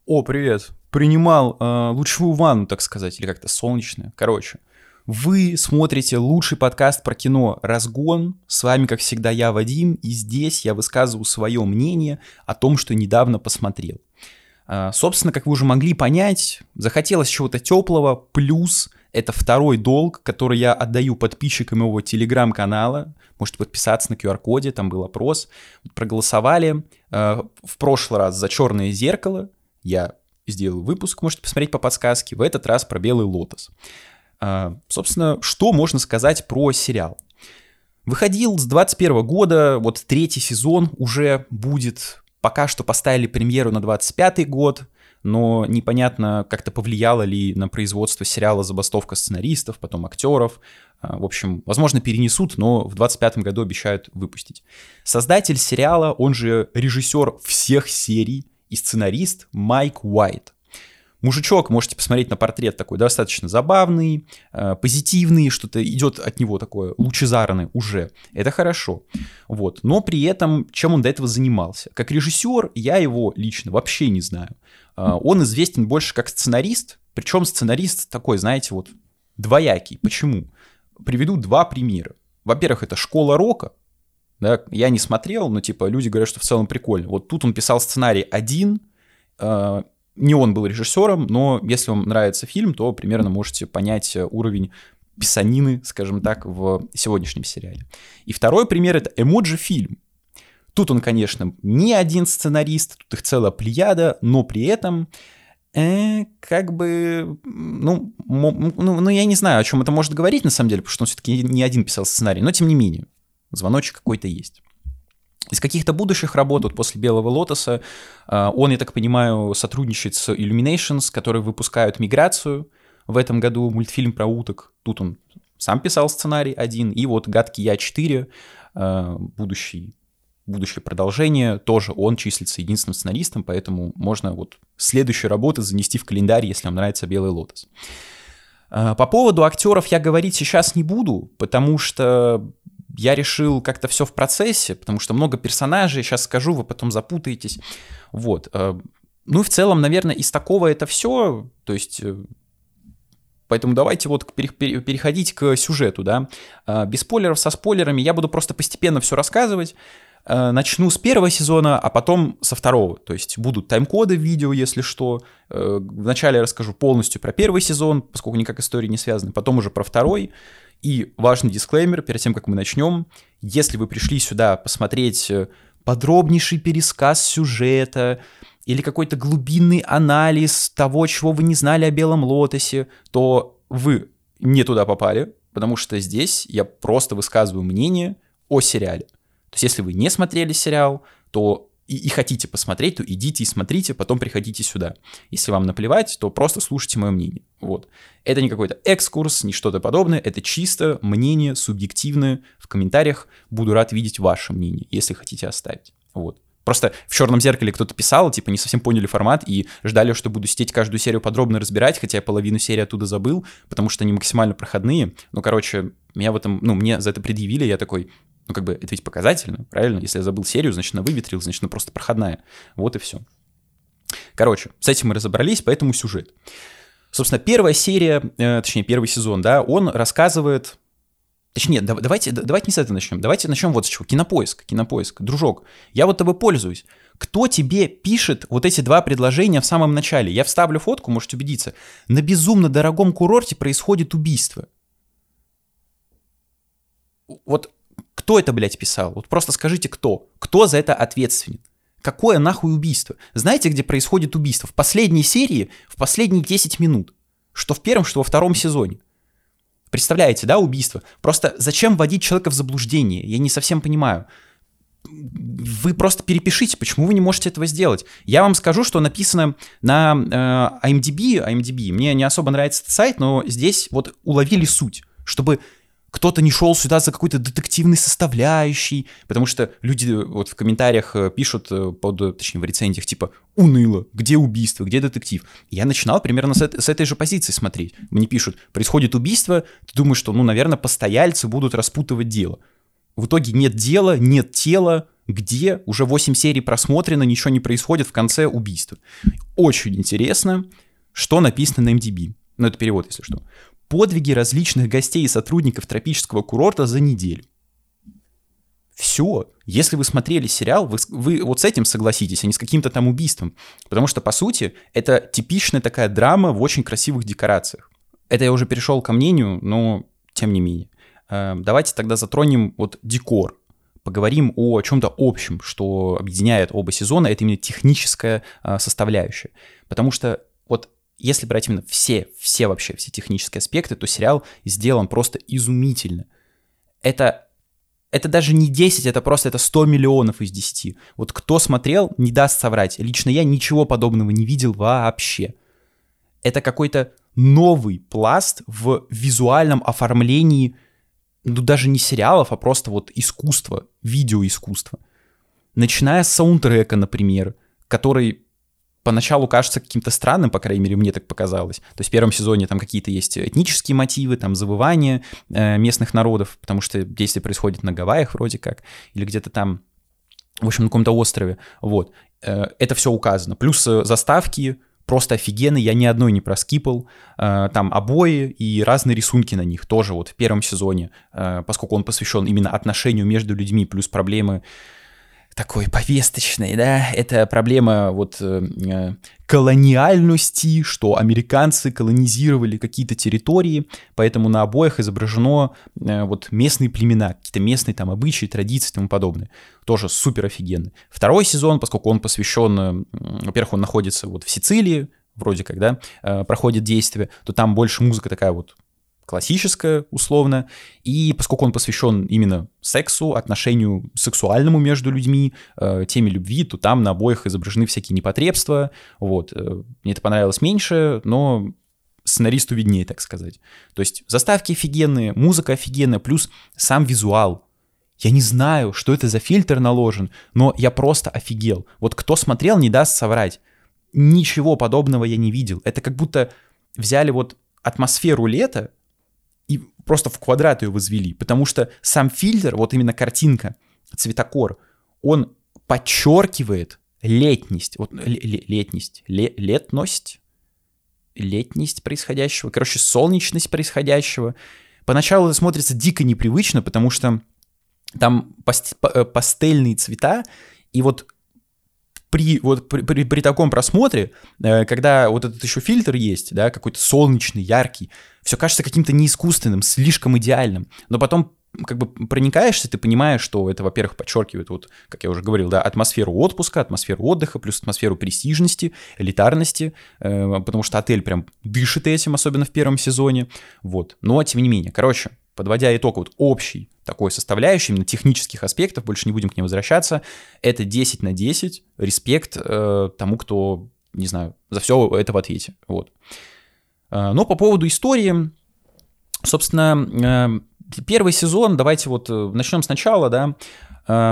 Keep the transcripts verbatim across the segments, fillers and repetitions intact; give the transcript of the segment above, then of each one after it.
О, привет. Принимал э, лучевую ванну, так сказать, или как-то солнечную. Короче, вы смотрите лучший подкаст про кино «Разгон». С вами, как всегда, я, Вадим, и здесь я высказываю свое мнение о том, что недавно посмотрел. Э, собственно, как вы уже могли понять, захотелось чего-то теплого, плюс это второй долг, который я отдаю подписчикам его телеграм-канала. Можете подписаться на ку ар-коде, там был опрос. Проголосовали э, в прошлый раз за «Черное зеркало». Я сделал выпуск, можете посмотреть по подсказке. В этот раз про «Белый лотос». Э, собственно, что можно сказать про сериал? Выходил с двадцать первого года, вот третий сезон уже будет. Пока что поставили премьеру на двадцать пятый год. Но непонятно, как-то повлияло ли на производство сериала забастовка сценаристов, потом актеров. В общем, возможно, перенесут, но в двадцать пятом году обещают выпустить. Создатель сериала, он же режиссер всех серий и сценарист Майк Уайт. Мужичок, можете посмотреть на портрет, такой достаточно забавный, позитивный, что-то идет от него такое лучезарное уже. Это хорошо. Вот. Но при этом, чем он до этого занимался? Как режиссер я его лично вообще не знаю. Он известен больше как сценарист, причем сценарист такой, знаете, вот двоякий. Почему? Приведу два примера. Во-первых, это «Школа рока». Да, я не смотрел, но типа люди говорят, что в целом прикольно. Вот тут он писал сценарий один, э, не он был режиссером, но если вам нравится фильм, то примерно можете понять уровень писанины, скажем так, в сегодняшнем сериале. И второй пример — это «Эмоджи-фильм». Тут он, конечно, не один сценарист, тут их целая плеяда, но при этом, э, как бы, ну, ну, ну, я не знаю, о чем это может говорить, на самом деле, потому что он все-таки не один писал сценарий, но тем не менее, звоночек какой-то есть. Из каких-то будущих работ, вот после «Белого лотоса», он, я так понимаю, сотрудничает с Illuminations, которые выпускают «Миграцию» в этом году, мультфильм про уток. Тут он сам писал сценарий один, и вот «Гадкий я четыре», будущий будущее продолжение, тоже он числится единственным сценаристом, поэтому можно вот следующую работу занести в календарь, если вам нравится «Белый лотос». По поводу актеров я говорить сейчас не буду, потому что я решил как-то все в процессе, потому что много персонажей, сейчас скажу, вы потом запутаетесь. Вот. Ну и в целом, наверное, из такого это все, то есть... Поэтому давайте вот переходить к сюжету, да. Без спойлеров, со спойлерами, я буду просто постепенно все рассказывать. Начну с первого сезона, а потом со второго. То есть будут тайм-коды в видео, если что. Вначале я расскажу полностью про первый сезон, поскольку никак истории не связаны, потом уже про второй. И важный дисклеймер перед тем, как мы начнем. Если вы пришли сюда посмотреть подробнейший пересказ сюжета или какой-то глубинный анализ того, чего вы не знали о «Белом лотосе», то вы не туда попали, потому что здесь я просто высказываю мнение о сериале. То есть если вы не смотрели сериал, то и, и хотите посмотреть, то идите и смотрите, потом приходите сюда. Если вам наплевать, то просто слушайте мое мнение. Вот. Это не какой-то экскурс, не что-то подобное, это чисто мнение субъективное. В комментариях буду рад видеть ваше мнение, если хотите оставить. Вот. Просто в «Черном зеркале» кто-то писал, типа не совсем поняли формат и ждали, что буду сидеть каждую серию подробно разбирать, хотя я половину серии оттуда забыл, потому что они максимально проходные. Ну, короче, меня в этом, ну, мне за это предъявили, я такой... Ну, как бы, это ведь показательно, правильно? Если я забыл серию, значит, она выветрилась, значит, она просто проходная. Вот и все. Короче, с этим мы разобрались, поэтому сюжет. Собственно, первая серия, э, точнее, первый сезон, да, он рассказывает... Точнее, да, давайте, давайте не с этого начнем. Давайте начнем вот с чего. Кинопоиск, кинопоиск. Дружок, я вот тобой пользуюсь. Кто тебе пишет вот эти два предложения в самом начале? Я вставлю фотку, можете убедиться. На безумно дорогом курорте происходит убийство. Вот... Кто это, блядь, писал? Вот просто скажите, кто? Кто за это ответственен? Какое нахуй убийство? Знаете, где происходит убийство? В последней серии, в последние десять минут. Что в первом, что во втором сезоне. Представляете, да, убийство? Просто зачем вводить человека в заблуждение? Я не совсем понимаю. Вы просто перепишите, почему вы не можете этого сделать? Я вам скажу, что написано на э, ай эм ди би, ай эм ди би. Мне не особо нравится этот сайт, но здесь вот уловили суть, чтобы... Кто-то не шел сюда за какой-то детективной составляющей, потому что люди вот в комментариях пишут, под, точнее в рецензиях, типа «уныло», где убийство, где детектив. Я начинал примерно с, с этой же позиции смотреть. Мне пишут «происходит убийство», ты думаешь, что, ну, наверное, постояльцы будут распутывать дело. В итоге нет дела, нет тела, где уже восемь серий просмотрено, ничего не происходит, в конце убийство. Очень интересно, что написано на эм ди би. Ну, это перевод, если что. Подвиги различных гостей и сотрудников тропического курорта за неделю. Все. Если вы смотрели сериал, вы, вы вот с этим согласитесь, а не с каким-то там убийством. Потому что, по сути, это типичная такая драма в очень красивых декорациях. Это я уже перешел ко мнению, но тем не менее. Давайте тогда затронем вот декор. Поговорим о чем-то общем, что объединяет оба сезона. Это именно техническая составляющая. Потому что вот если брать именно все, все вообще, все технические аспекты, то сериал сделан просто изумительно. Это, это даже не десять, это просто это сто миллионов из десяти. Вот кто смотрел, не даст соврать. Лично я ничего подобного не видел вообще. Это какой-то новый пласт в визуальном оформлении, ну даже не сериалов, а просто вот искусства, видеоискусства. Начиная с саундтрека, например, который поначалу кажется каким-то странным, по крайней мере, мне так показалось. То есть в первом сезоне там какие-то есть этнические мотивы, там завывания э, местных народов, потому что действие происходит на Гавайях вроде как, или где-то там, в общем, на каком-то острове. Вот. Э, это все указано. Плюс заставки просто офигенные, я ни одной не проскипал. Э, там обои и разные рисунки на них тоже вот в первом сезоне, э, поскольку он посвящен именно отношению между людьми, плюс проблемы такой повесточной, да, это проблема вот э, колониальности, что американцы колонизировали какие-то территории, поэтому на обоях изображено э, вот местные племена, какие-то местные там обычаи, традиции и тому подобное. Тоже супер офигенно. Второй сезон, поскольку он посвящен, э, во-первых, он находится вот в Сицилии, вроде как, да, э, проходит действие, то там больше музыка такая вот классическая, условно, и поскольку он посвящен именно сексу, отношению сексуальному между людьми, э, теме любви, то там на обоих изображены всякие непотребства, вот, э, мне это понравилось меньше, но сценаристу виднее, так сказать. То есть заставки офигенные, музыка офигенная, плюс сам визуал. Я не знаю, что это за фильтр наложен, но я просто офигел. Вот кто смотрел, не даст соврать. Ничего подобного я не видел. Это как будто взяли вот атмосферу лета, и просто в квадрат ее возвели, потому что сам фильтр, вот именно картинка, цветокор, он подчеркивает летность, вот летность, летность, летность происходящего, короче, солнечность происходящего. Поначалу это смотрится дико непривычно, потому что там пастельные цвета, и вот При, вот, при, при, при таком просмотре, э, когда вот этот еще фильтр есть, да, какой-то солнечный, яркий, все кажется каким-то неискусственным, слишком идеальным. Но потом как бы проникаешься, ты понимаешь, что это, во-первых, подчеркивает, вот, как я уже говорил, да, атмосферу отпуска, атмосферу отдыха, плюс атмосферу престижности, элитарности, э, потому что отель прям дышит этим, особенно в первом сезоне. Вот. Но, тем не менее, короче, подводя итог вот общий такой составляющий, именно технических аспектов, больше не будем к ним возвращаться, это десять на десять, респект э, тому, кто, не знаю, за все это в ответе. Вот. Э, но по поводу истории, собственно, э, первый сезон, давайте вот начнем сначала, да, э,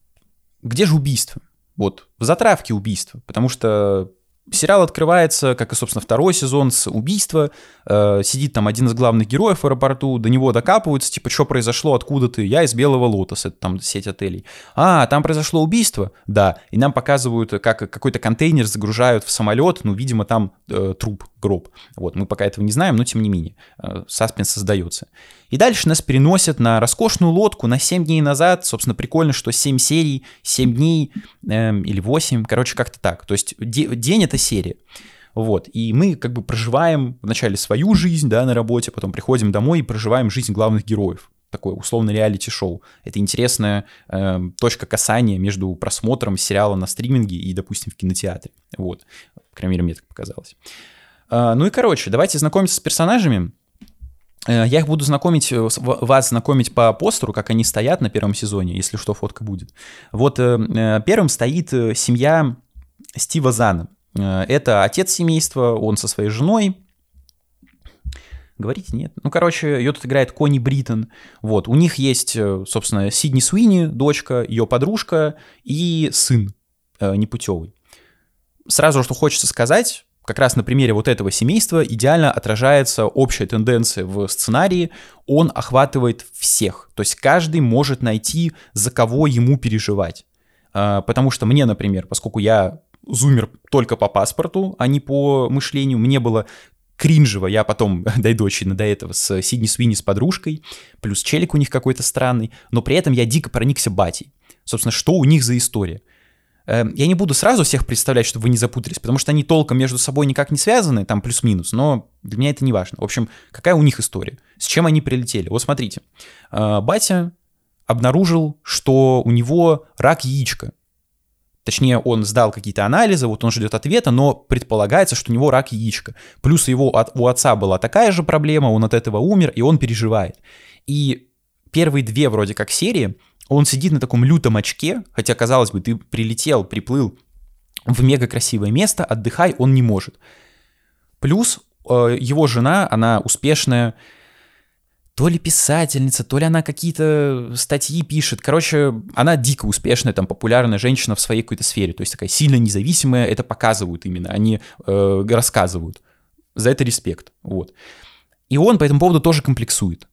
где же убийство? Вот, в затравке убийства, потому что сериал открывается, как и, собственно, второй сезон, с убийства. Э, сидит там один из главных героев в аэропорту, до него докапываются, типа, что произошло, откуда ты? Я из Белого Лотоса, это там сеть отелей. А, там произошло убийство? Да. И нам показывают, как какой-то контейнер загружают в самолет, ну, видимо, там э, труп, гроб. Вот, мы пока этого не знаем, но тем не менее, э, саспенс создается. И дальше нас переносят на роскошную лодку на семь дней назад. Собственно, прикольно, что семь серий, семь дней э, или восемь, короче, как-то так. То есть де- день — это серия. Вот. И мы как бы проживаем вначале свою жизнь, да, на работе, потом приходим домой и проживаем жизнь главных героев. Такое условное реалити-шоу. Это интересная э, точка касания между просмотром сериала на стриминге и, допустим, в кинотеатре. Вот. По крайней мере, мне так показалось. Э, ну и, короче, давайте знакомиться с персонажами. Я их буду знакомить, вас знакомить по постеру, как они стоят на первом сезоне, если что, фотка будет. Вот первым стоит семья Стива Зана. Это отец семейства, он со своей женой. Говорите, нет? Ну, короче, ее тут играет Конни Бриттон. Вот, у них есть, собственно, Сидни Суини, дочка, ее подружка и сын непутевый. Сразу, что хочется сказать, как раз на примере вот этого семейства идеально отражается общая тенденция в сценарии. Он охватывает всех. То есть каждый может найти, за кого ему переживать. Потому что мне, например, поскольку я зумер только по паспорту, а не по мышлению, мне было кринжево, я потом дойду очевидно до этого, с Сидни Суини с подружкой, плюс челик у них какой-то странный, но при этом я дико проникся батей. Собственно, что у них за история? Я не буду сразу всех представлять, чтобы вы не запутались, потому что они толком между собой никак не связаны, там плюс-минус, но для меня это не важно. В общем, какая у них история? С чем они прилетели? Вот смотрите, батя обнаружил, что у него рак яичка. Точнее, он сдал какие-то анализы, вот он ждет ответа, но предполагается, что у него рак яичка. Плюс его, у отца была такая же проблема, он от этого умер, и он переживает. И первые две вроде как серии он сидит на таком лютом очке, хотя, казалось бы, ты прилетел, приплыл в мега красивое место, отдыхай, он не может. Плюс его жена, она успешная, то ли писательница, то ли она какие-то статьи пишет. Короче, она дико успешная, там, популярная женщина в своей какой-то сфере. То есть такая сильно независимая, это показывают именно, они э, рассказывают. За это респект, вот. И он по этому поводу тоже комплексует.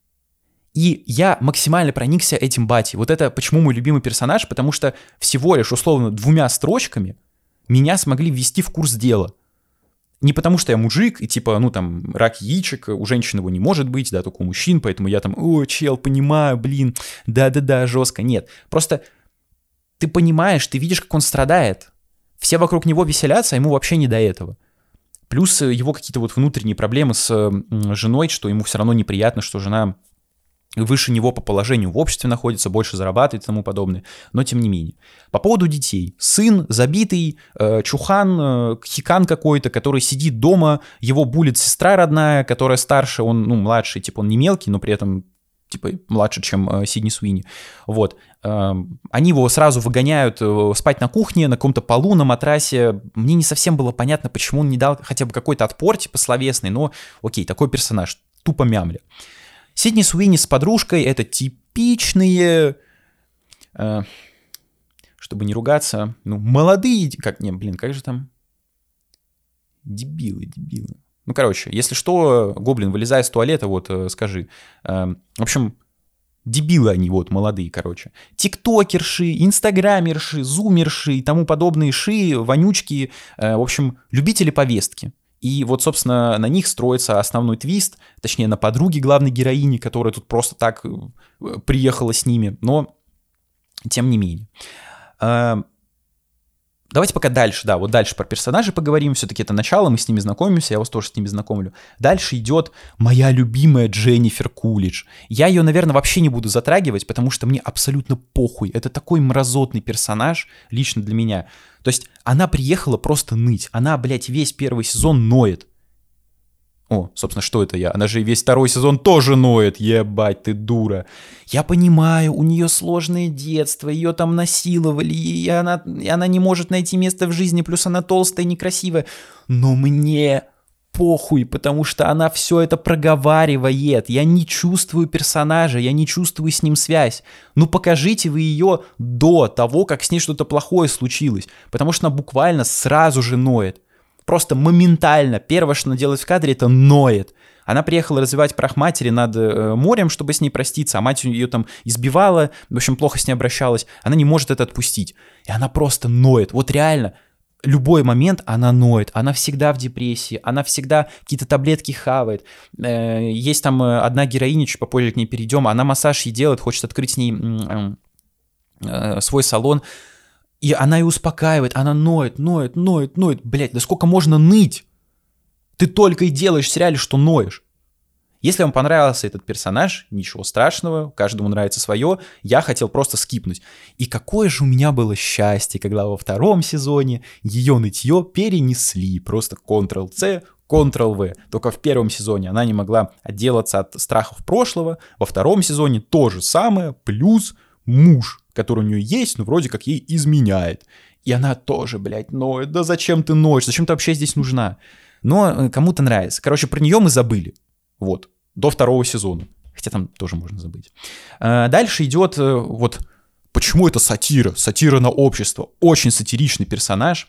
И я максимально проникся этим батей. Вот это почему мой любимый персонаж, потому что всего лишь, условно, двумя строчками меня смогли ввести в курс дела. Не потому что я мужик, и типа, ну там, рак яичек, у женщин его не может быть, да, только у мужчин, поэтому я там, о, чел, понимаю, блин, да-да-да, жестко. Нет, просто ты понимаешь, ты видишь, как он страдает. Все вокруг него веселятся, а ему вообще не до этого. Плюс его какие-то вот внутренние проблемы с женой, что ему все равно неприятно, что жена выше него по положению в обществе находится, больше зарабатывает и тому подобное, но тем не менее. По поводу детей. Сын забитый, э, чухан, э, хикан какой-то, который сидит дома, его булит сестра родная, которая старше, он, ну, младший, типа он не мелкий, но при этом типа младше, чем э, Сидни Суини. Вот. Э, они его сразу выгоняют э, спать на кухне, на каком-то полу, на матрасе. Мне не совсем было понятно, почему он не дал хотя бы какой-то отпор, типа словесный, но окей, такой персонаж, тупо мямля. Сидни Суини с подружкой — это типичные, э, чтобы не ругаться, ну, молодые, как, не, блин, как же там, дебилы, дебилы. Ну, короче, если что, гоблин, вылезай из туалета, вот, э, скажи. Э, в общем, дебилы они, вот, молодые, короче. Тиктокерши, инстаграмерши, зумерши и тому подобные ши, вонючки, э, в общем, любители повестки. И вот, собственно, на них строится основной твист, точнее, на подруге главной героини, которая тут просто так приехала с ними, но тем не менее. Давайте пока дальше, да, вот дальше про персонажей поговорим, все-таки это начало, мы с ними знакомимся, я вас тоже с ними знакомлю. Дальше идет моя любимая Дженнифер Кулидж. Я ее, наверное, вообще не буду затрагивать, потому что мне абсолютно похуй. Это такой мразотный персонаж лично для меня. То есть она приехала просто ныть, она, блядь, весь первый сезон ноет. О, собственно, что это я? Она же весь второй сезон тоже ноет, ебать, ты дура. Я понимаю, у нее сложное детство, ее там насиловали, и она, и она не может найти место в жизни, плюс она толстая и некрасивая. Но мне похуй, потому что она все это проговаривает. Я не чувствую персонажа, я не чувствую с ним связь. Ну покажите вы ее до того, как с ней что-то плохое случилось, потому что она буквально сразу же ноет. Просто моментально. Первое, что она делает в кадре, это ноет. Она приехала развивать прах матери над э, морем, чтобы с ней проститься, а мать ее там избивала, в общем, плохо с ней обращалась. Она не может это отпустить. И она просто ноет. Вот реально, любой момент она ноет. Она всегда в депрессии, она всегда какие-то таблетки хавает. Э, есть там одна героиня, чуть попозже к ней перейдем, она массаж ей делает, хочет открыть с ней э, э, свой салон. И она и успокаивает, она ноет, ноет, ноет, ноет. Блять, да сколько можно ныть? Ты только и делаешь в сериале, что ноешь. Если вам понравился этот персонаж, ничего страшного, каждому нравится свое, я хотел просто скипнуть. И какое же у меня было счастье, когда во втором сезоне ее нытье перенесли. Просто контрол-C, контрол-V. Только в первом сезоне она не могла отделаться от страхов прошлого, во втором сезоне то же самое, плюс муж, который у нее есть, но вроде как ей изменяет. И она тоже, блядь, ноет. Да зачем ты ноешь? Зачем ты вообще здесь нужна? Но кому-то нравится. Короче, про нее мы забыли. Вот. До второго сезона. Хотя там тоже можно забыть. Дальше идет вот... Почему это сатира? Сатира на общество. Очень сатиричный персонаж.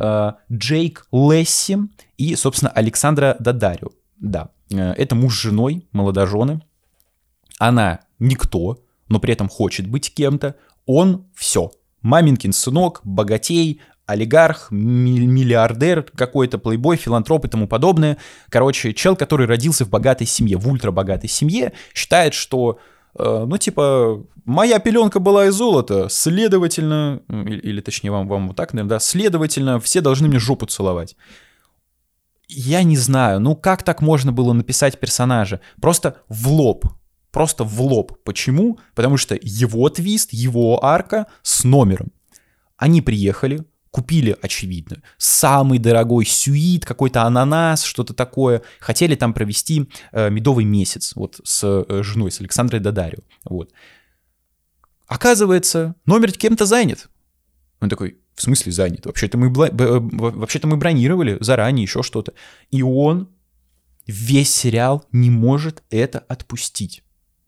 Джейк Лесси и, собственно, Александра Дадарио. Да. Это муж с женой, молодожены. Она никто, но при этом хочет быть кем-то. Он все. маменькин сынок, богатей, олигарх, миллиардер какой-то, плейбой, филантроп и тому подобное. Короче, чел, который родился в богатой семье, в ультрабогатой семье, считает, что, э, ну, типа, моя пеленка была из золота, следовательно, или, или точнее, вам, вам вот так, наверное, да, следовательно, все должны мне жопу целовать. Я не знаю, ну как так можно было написать персонажа? Просто в лоб. Просто в лоб. Почему? Потому что его твист, его арка с номером. Они приехали, купили, очевидно, самый дорогой сюит, какой-то ананас, что-то такое. Хотели там провести э, медовый месяц вот с э, женой, с Александрой Дадарио. Вот. Оказывается, номер кем-то занят. Он такой... В смысле занят? Вообще-то мы, бла... Вообще-то мы бронировали заранее еще что-то. И он весь сериал не может это отпустить.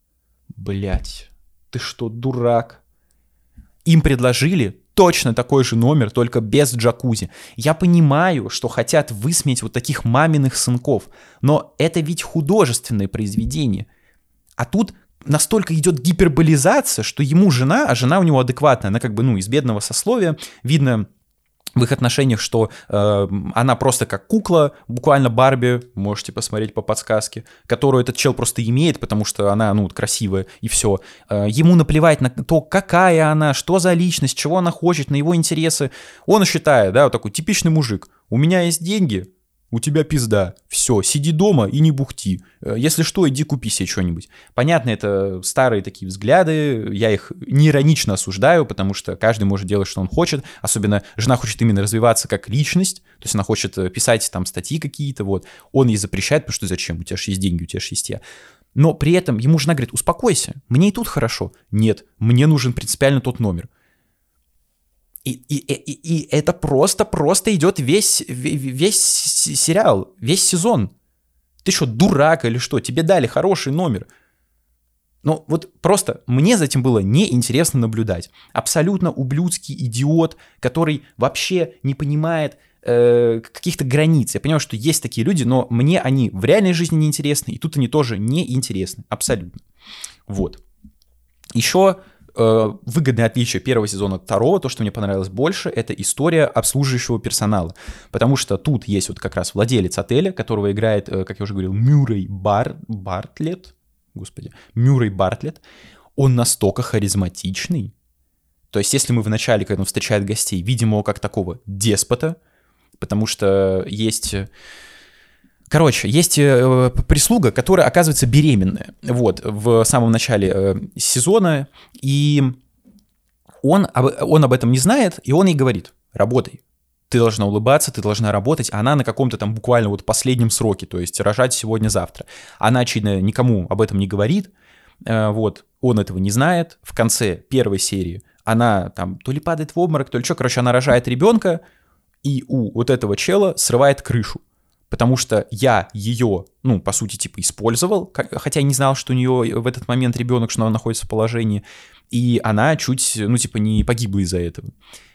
Блять, ты что, дурак? Им предложили точно такой же номер, только без джакузи. Я понимаю, что хотят высмеять вот таких маминых сынков, но это ведь художественное произведение. А тут... настолько идет гиперболизация, что ему жена, а жена у него адекватная, она как бы, ну, из бедного сословия, видно в их отношениях, что э, она просто как кукла, буквально Барби, можете посмотреть по подсказке, которую этот чел просто имеет, потому что она, ну, красивая, и все. Э, ему наплевать на то, какая она, что за личность, чего она хочет, на его интересы. Он считает, да, вот такой типичный мужик, у меня есть деньги, у тебя пизда, все, сиди дома и не бухти. Если что, иди купи себе что-нибудь. Понятно, это старые такие взгляды, я их не иронично осуждаю, потому что каждый может делать, что он хочет, особенно жена хочет именно развиваться как личность, то есть она хочет писать там статьи какие-то, вот. Он ей запрещает, потому что зачем, у тебя же есть деньги, у тебя же есть я. Но при этом ему жена говорит, успокойся, мне и тут хорошо. Нет, мне нужен принципиально тот номер. И, и, и, и это просто-просто идет весь, весь сериал, весь сезон. Ты что, дурак или что? Тебе дали хороший номер. Но вот просто мне за этим было неинтересно наблюдать. Абсолютно ублюдский идиот, который вообще не понимает э, каких-то границ. Я понимаю, что есть такие люди, но мне они в реальной жизни неинтересны, и тут они тоже неинтересны. Абсолютно. Вот. Еще... выгодное отличие первого сезона от второго, то, что мне понравилось больше, это история обслуживающего персонала. Потому что тут есть вот как раз владелец отеля, которого играет, как я уже говорил, Мюррей Бар... Бартлетт. Господи, Мюррей Бартлетт. Он настолько харизматичный. То есть, если мы вначале, когда он встречает гостей, видим его как такого деспота, потому что есть... Короче, есть э, прислуга, которая оказывается беременная, вот, в самом начале э, сезона, и он об, он об этом не знает, и он ей говорит, работай, ты должна улыбаться, ты должна работать, а она на каком-то там буквально вот последнем сроке, то есть рожать сегодня-завтра. Она, очевидно, никому об этом не говорит, э, вот, он этого не знает, в конце первой серии она там то ли падает в обморок, то ли что, короче, она рожает ребенка, и у вот этого чела срывает крышу. Потому что я ее, ну, по сути, типа, использовал, хотя я не знал, что у нее в этот момент ребенок, что она находится в положении, и она чуть, ну, типа, не погибла из-за этого.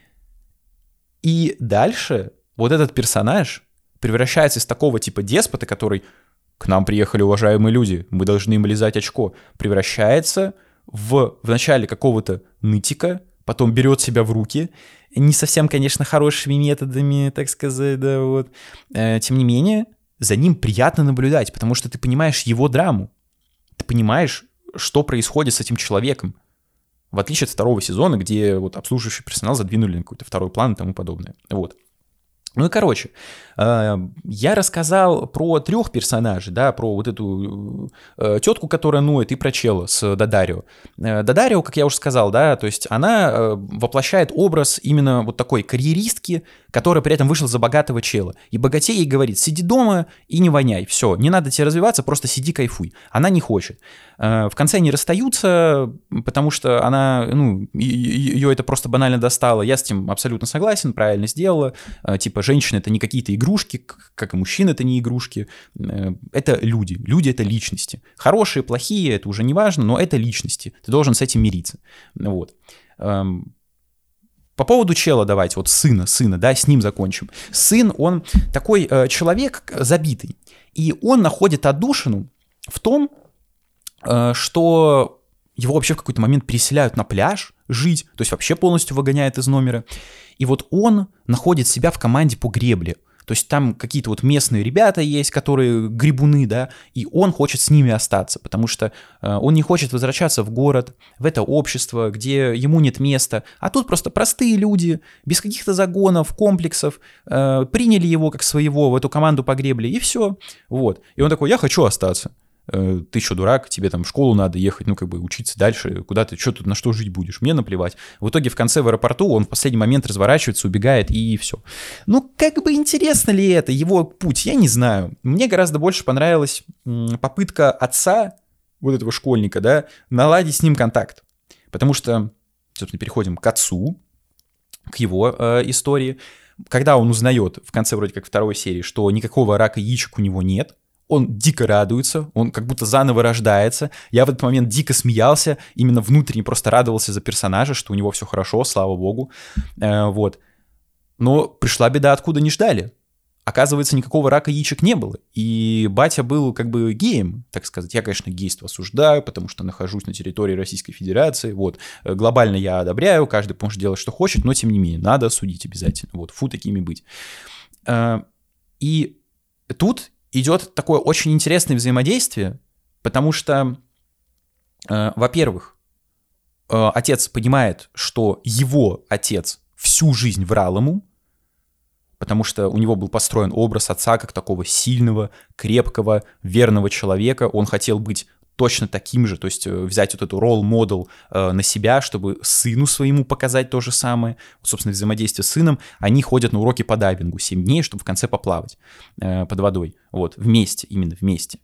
И дальше вот этот персонаж превращается из такого типа деспота, который «к нам приехали уважаемые люди, мы должны им лизать очко», превращается в, в начале какого-то нытика, потом берет себя в руки, не совсем, конечно, хорошими методами, так сказать, да, вот. Тем не менее, за ним приятно наблюдать, потому что ты понимаешь его драму, ты понимаешь, что происходит с этим человеком, в отличие от второго сезона, где вот обслуживающий персонал задвинули на какой-то второй план и тому подобное, вот. Ну и, короче, я рассказал про трех персонажей, да, про вот эту тетку, которая ноет, и про чела с Дадарио. Дадарио, как я уже сказал, да, то есть она воплощает образ именно вот такой карьеристки, которая при этом вышла за богатого чела. И богатей ей говорит, сиди дома и не воняй, все, не надо тебе развиваться, просто сиди, кайфуй. Она не хочет. В конце они расстаются, потому что она, ну, ее это просто банально достало. Я с этим абсолютно согласен, правильно сделала. Типа, женщины — это не какие-то игрушки, как и мужчины — это не игрушки. Это люди. Люди — это личности. Хорошие, плохие — это уже не важно, но это личности. Ты должен с этим мириться. Вот. По поводу чела давайте, вот сына, сына, да, с ним закончим. Сын, он такой э, человек забитый, и он находит отдушину в том, э, что его вообще в какой-то момент переселяют на пляж жить, то есть вообще полностью выгоняют из номера. И вот он находит себя в команде по гребле. То есть там какие-то вот местные ребята есть, которые гребуны, да, и он хочет с ними остаться, потому что э, он не хочет возвращаться в город, в это общество, где ему нет места, а тут просто простые люди, без каких-то загонов, комплексов, э, приняли его как своего в эту команду по гребле, и все, вот. И он такой: я хочу остаться. Ты что, дурак, тебе там в школу надо ехать, ну, как бы учиться дальше, куда ты, что тут, на что жить будешь, мне наплевать. В итоге в конце в аэропорту он в последний момент разворачивается, убегает, и все. Ну, как бы интересно ли это, его путь, я не знаю. Мне гораздо больше понравилась попытка отца, вот этого школьника, да, наладить с ним контакт. Потому что, собственно, переходим к отцу, к его э, истории. Когда он узнает в конце вроде как второй серии, что никакого рака яичек у него нет, он дико радуется, он как будто заново рождается. Я в этот момент дико смеялся, именно внутренне просто радовался за персонажа, что у него все хорошо, слава богу. Э, вот. Но пришла беда, откуда не ждали. Оказывается, никакого рака яичек не было. И батя был как бы геем, так сказать. Я, конечно, гейство осуждаю, потому что нахожусь на территории Российской Федерации. Вот. Глобально я одобряю, каждый может делать, что хочет, но тем не менее, надо осудить обязательно. Вот. Фу, такими быть. Э, и тут идет такое очень интересное взаимодействие, потому что, э, во-первых, э, отец понимает, что его отец всю жизнь врал ему, потому что у него был построен образ отца как такого сильного, крепкого, верного человека. Он хотел быть точно таким же, то есть взять вот эту ролл-модел э, на себя, чтобы сыну своему показать то же самое. Вот, собственно, взаимодействие с сыном. Они ходят на уроки по дайвингу семь дней, чтобы в конце поплавать э, под водой. Вот, вместе, именно вместе.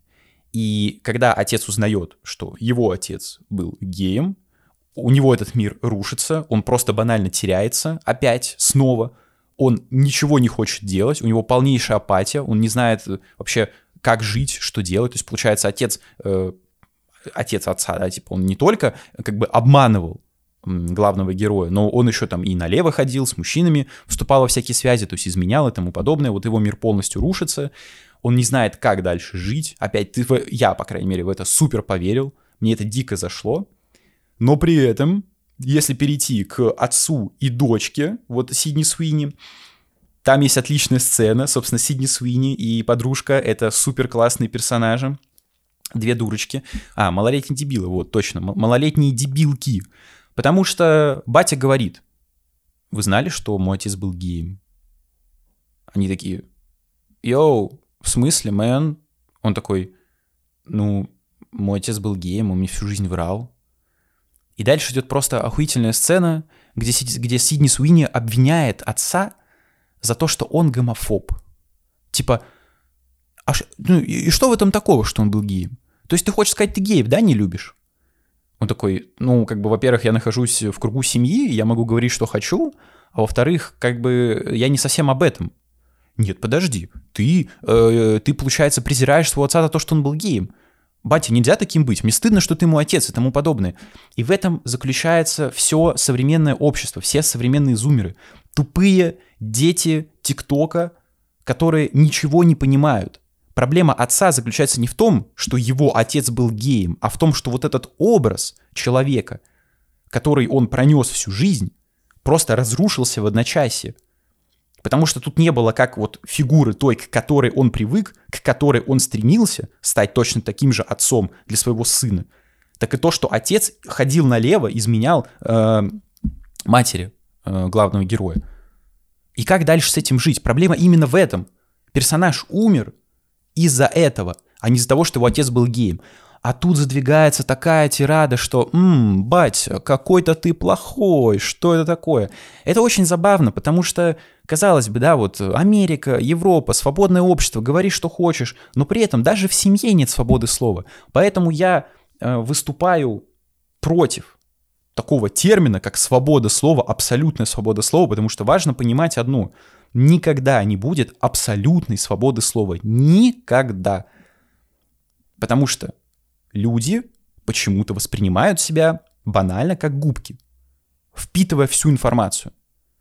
И когда отец узнает, что его отец был геем, у него этот мир рушится, он просто банально теряется опять, снова. Он ничего не хочет делать, у него полнейшая апатия, он не знает вообще, как жить, что делать. То есть, получается, отец... Э, отец отца, да, типа он не только как бы обманывал главного героя, но он еще там и налево ходил, с мужчинами вступал во всякие связи, то есть изменял и тому подобное, вот его мир полностью рушится, он не знает, как дальше жить, опять, ты, я, по крайней мере, в это супер поверил, мне это дико зашло, но при этом, если перейти к отцу и дочке, вот Сидни Суини, там есть отличная сцена, собственно, Сидни Суини и подружка, это супер классные персонажи, две дурочки. А, малолетние дебилы, вот, точно. Малолетние дебилки. Потому что батя говорит: вы знали, что мой отец был геем? Они такие: йоу, в смысле, мэн? Он такой: ну, мой отец был геем, он мне всю жизнь врал. И дальше идет просто охуительная сцена, где, где Сидни Суини обвиняет отца за то, что он гомофоб. Типа... А ш... ну, и что в этом такого, что он был геем? То есть ты хочешь сказать, ты геев, да, не любишь? Он такой: ну, как бы, во-первых, я нахожусь в кругу семьи, я могу говорить, что хочу, а во-вторых, как бы, я не совсем об этом. Нет, подожди, ты, э, ты, получается, презираешь своего отца за то, что он был геем. Батя, нельзя таким быть, мне стыдно, что ты мой отец и тому подобное. И в этом заключается все современное общество, все современные зумеры. Тупые дети ТикТока, которые ничего не понимают. Проблема отца заключается не в том, что его отец был геем, а в том, что вот этот образ человека, который он пронес всю жизнь, просто разрушился в одночасье. Потому что тут не было как вот фигуры той, к которой он привык, к которой он стремился стать точно таким же отцом для своего сына, так и то, что отец ходил налево, изменял э, матери э, главного героя. И как дальше с этим жить? Проблема именно в этом. Персонаж умер из-за этого, а не из-за того, что его отец был геем. А тут задвигается такая тирада, что «Ммм, батя, какой-то ты плохой, что это такое?» Это очень забавно, потому что, казалось бы, да, вот Америка, Европа, свободное общество, говори, что хочешь, но при этом даже в семье нет свободы слова. Поэтому я э, выступаю против такого термина, как свобода слова, абсолютная свобода слова, потому что важно понимать одно: никогда не будет абсолютной свободы слова. Никогда. Потому что люди почему-то воспринимают себя банально как губки, впитывая всю информацию.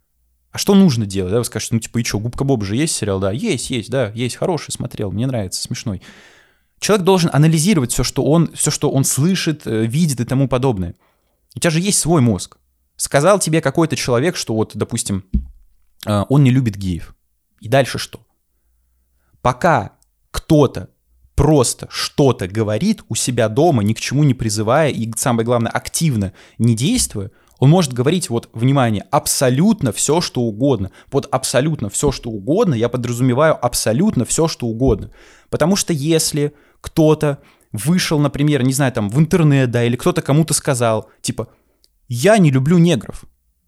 А что нужно делать? Да, вы скажете: ну типа и что, Губка Боб же есть сериал? Да, есть, есть, да, есть, хороший, смотрел, мне нравится, смешной. Человек должен анализировать все, что он, все, что он слышит, видит и тому подобное. У тебя же есть свой мозг. Сказал тебе какой-то человек, что вот, допустим, он не любит геев. И дальше что? Пока кто-то просто что-то говорит у себя дома, ни к чему не призывая и, самое главное, активно не действуя, он может говорить, вот, внимание, абсолютно все, что угодно. Под абсолютно все, что угодно я подразумеваю абсолютно все, что угодно. Потому что если кто-то вышел, например, не знаю, там, в интернет, да, или кто-то кому-то сказал, типа, я не люблю негров.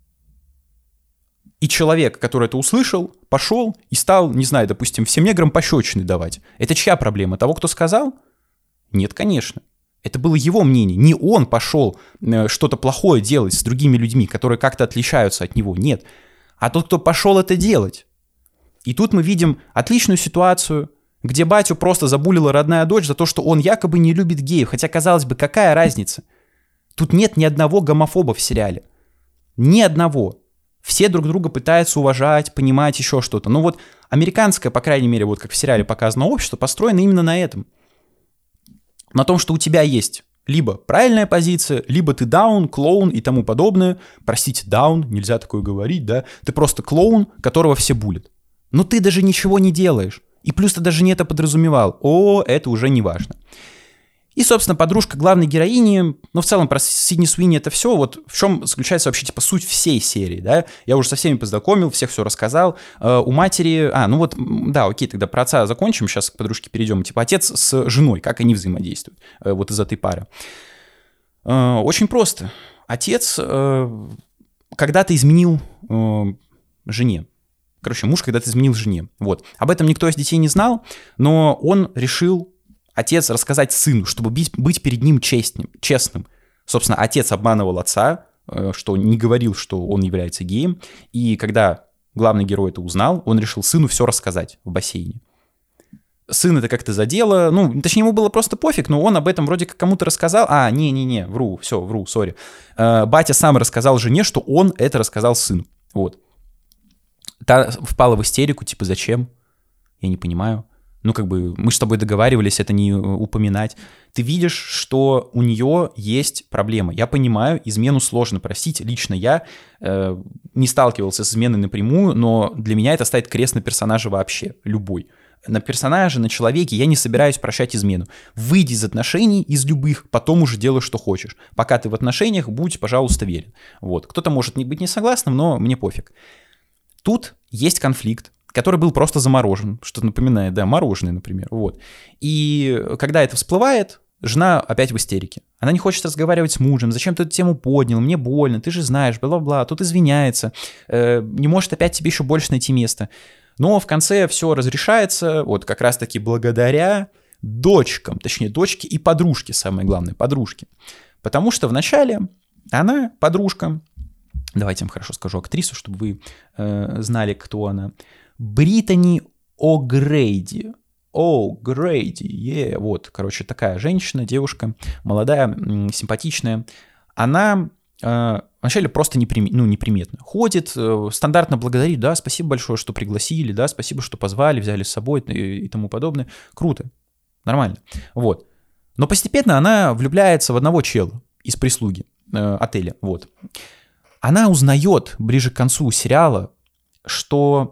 И человек, который это услышал, пошел и стал, не знаю, допустим, всем неграм пощечины давать. Это чья проблема? Того, кто сказал? Нет, конечно. Это было его мнение. Не он пошел что-то плохое делать с другими людьми, которые как-то отличаются от него. Нет. А тот, кто пошел это делать. И тут мы видим отличную ситуацию, где батю просто забулила родная дочь за то, что он якобы не любит геев. Хотя, казалось бы, какая разница? Тут нет ни одного гомофоба в сериале. Ни одного. Все друг друга пытаются уважать, понимать еще что-то. Ну вот американское, по крайней мере, вот как в сериале показано общество, построено именно на этом. На том, что у тебя есть либо правильная позиция, либо ты даун, клоун и тому подобное. Простите, даун, нельзя такое говорить, да? Ты просто клоун, которого все булят. Но ты даже ничего не делаешь. И плюс ты даже не это подразумевал. О, это уже не важно. И, собственно, подружка главной героини, ну, в целом, про Сидни Суини это все, вот в чем заключается вообще, типа, суть всей серии, да? Я уже со всеми познакомил, всех все рассказал. Uh, у матери, а, ну вот, да, окей, тогда про отца закончим, сейчас к подружке перейдем. Типа, отец с женой, как они взаимодействуют, uh, вот из этой пары. Uh, очень просто. Отец uh, когда-то изменил uh, жене. Короче, муж когда-то изменил жене, вот. Об этом никто из детей не знал, но он решил... Отец рассказать сыну, чтобы быть перед ним честным, честным. Собственно, отец обманывал отца, что не говорил, что он является геем. И когда главный герой это узнал, он решил сыну все рассказать в бассейне. Сын это как-то задело, ну, точнее, ему было просто пофиг, но он об этом вроде как кому-то рассказал. А, не-не-не, вру, все, вру, сори. Батя сам рассказал жене, что он это рассказал сыну. Вот. Та впала в истерику, типа, зачем? Я не понимаю. Ну, как бы, мы с тобой договаривались это не упоминать. Ты видишь, что у нее есть проблема. Я понимаю, измену сложно простить. Лично я э, не сталкивался с изменой напрямую, но для меня это ставит крест на персонаже вообще, любой. На персонаже, на человеке я не собираюсь прощать измену. Выйди из отношений, из любых, потом уже делай, что хочешь. Пока ты в отношениях, будь, пожалуйста, верен. Вот. Кто-то может не быть не согласным, но мне пофиг. Тут есть конфликт, который был просто заморожен, что напоминает, да, мороженое, например, вот. И когда это всплывает, жена опять в истерике. Она не хочет разговаривать с мужем, зачем ты эту тему поднял, мне больно, ты же знаешь, бла-бла-бла, тут извиняется, э, не может опять тебе еще больше найти место. Но в конце все разрешается, вот как раз-таки благодаря дочкам, точнее, дочке и подружке, самое главное, подружке. Потому что вначале она, подружка, давайте я вам хорошо скажу актрису, чтобы вы э, знали, кто она, Британи О'Грейди. О'Грейди, е, yeah. Вот, короче, такая женщина, девушка, молодая, симпатичная. Она э, вначале просто неприм... ну, неприметно ходит, э, стандартно благодарит, да, спасибо большое, что пригласили, да, спасибо, что позвали, взяли с собой и, и тому подобное. Круто, нормально, вот. Но постепенно она влюбляется в одного чела из прислуги э, отеля, вот. Она узнает ближе к концу сериала, что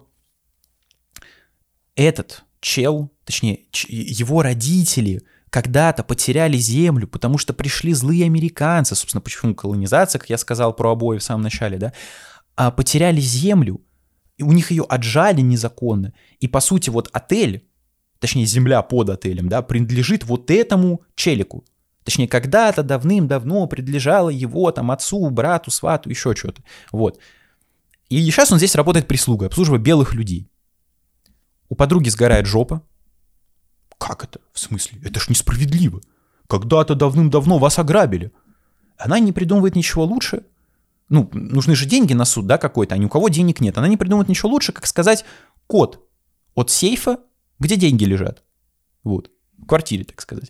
этот чел, точнее, его родители когда-то потеряли землю, потому что пришли злые американцы, собственно, почему колонизация, как я сказал про обои в самом начале, да, а потеряли землю, и у них ее отжали незаконно, и, по сути, вот отель, точнее, земля под отелем, да, принадлежит вот этому челику. Точнее, когда-то давным-давно принадлежала его там отцу, брату, свату, еще что-то, вот. И сейчас он здесь работает прислугой, обслуживая белых людей. У подруги сгорает жопа. Как это? В смысле? Это ж несправедливо. Когда-то давным-давно вас ограбили. Она не придумывает ничего лучше. Ну, нужны же деньги на суд, да, какой-то, а ни у кого денег нет. Она не придумывает ничего лучше, как сказать код от сейфа, где деньги лежат. Вот. В квартире, так сказать.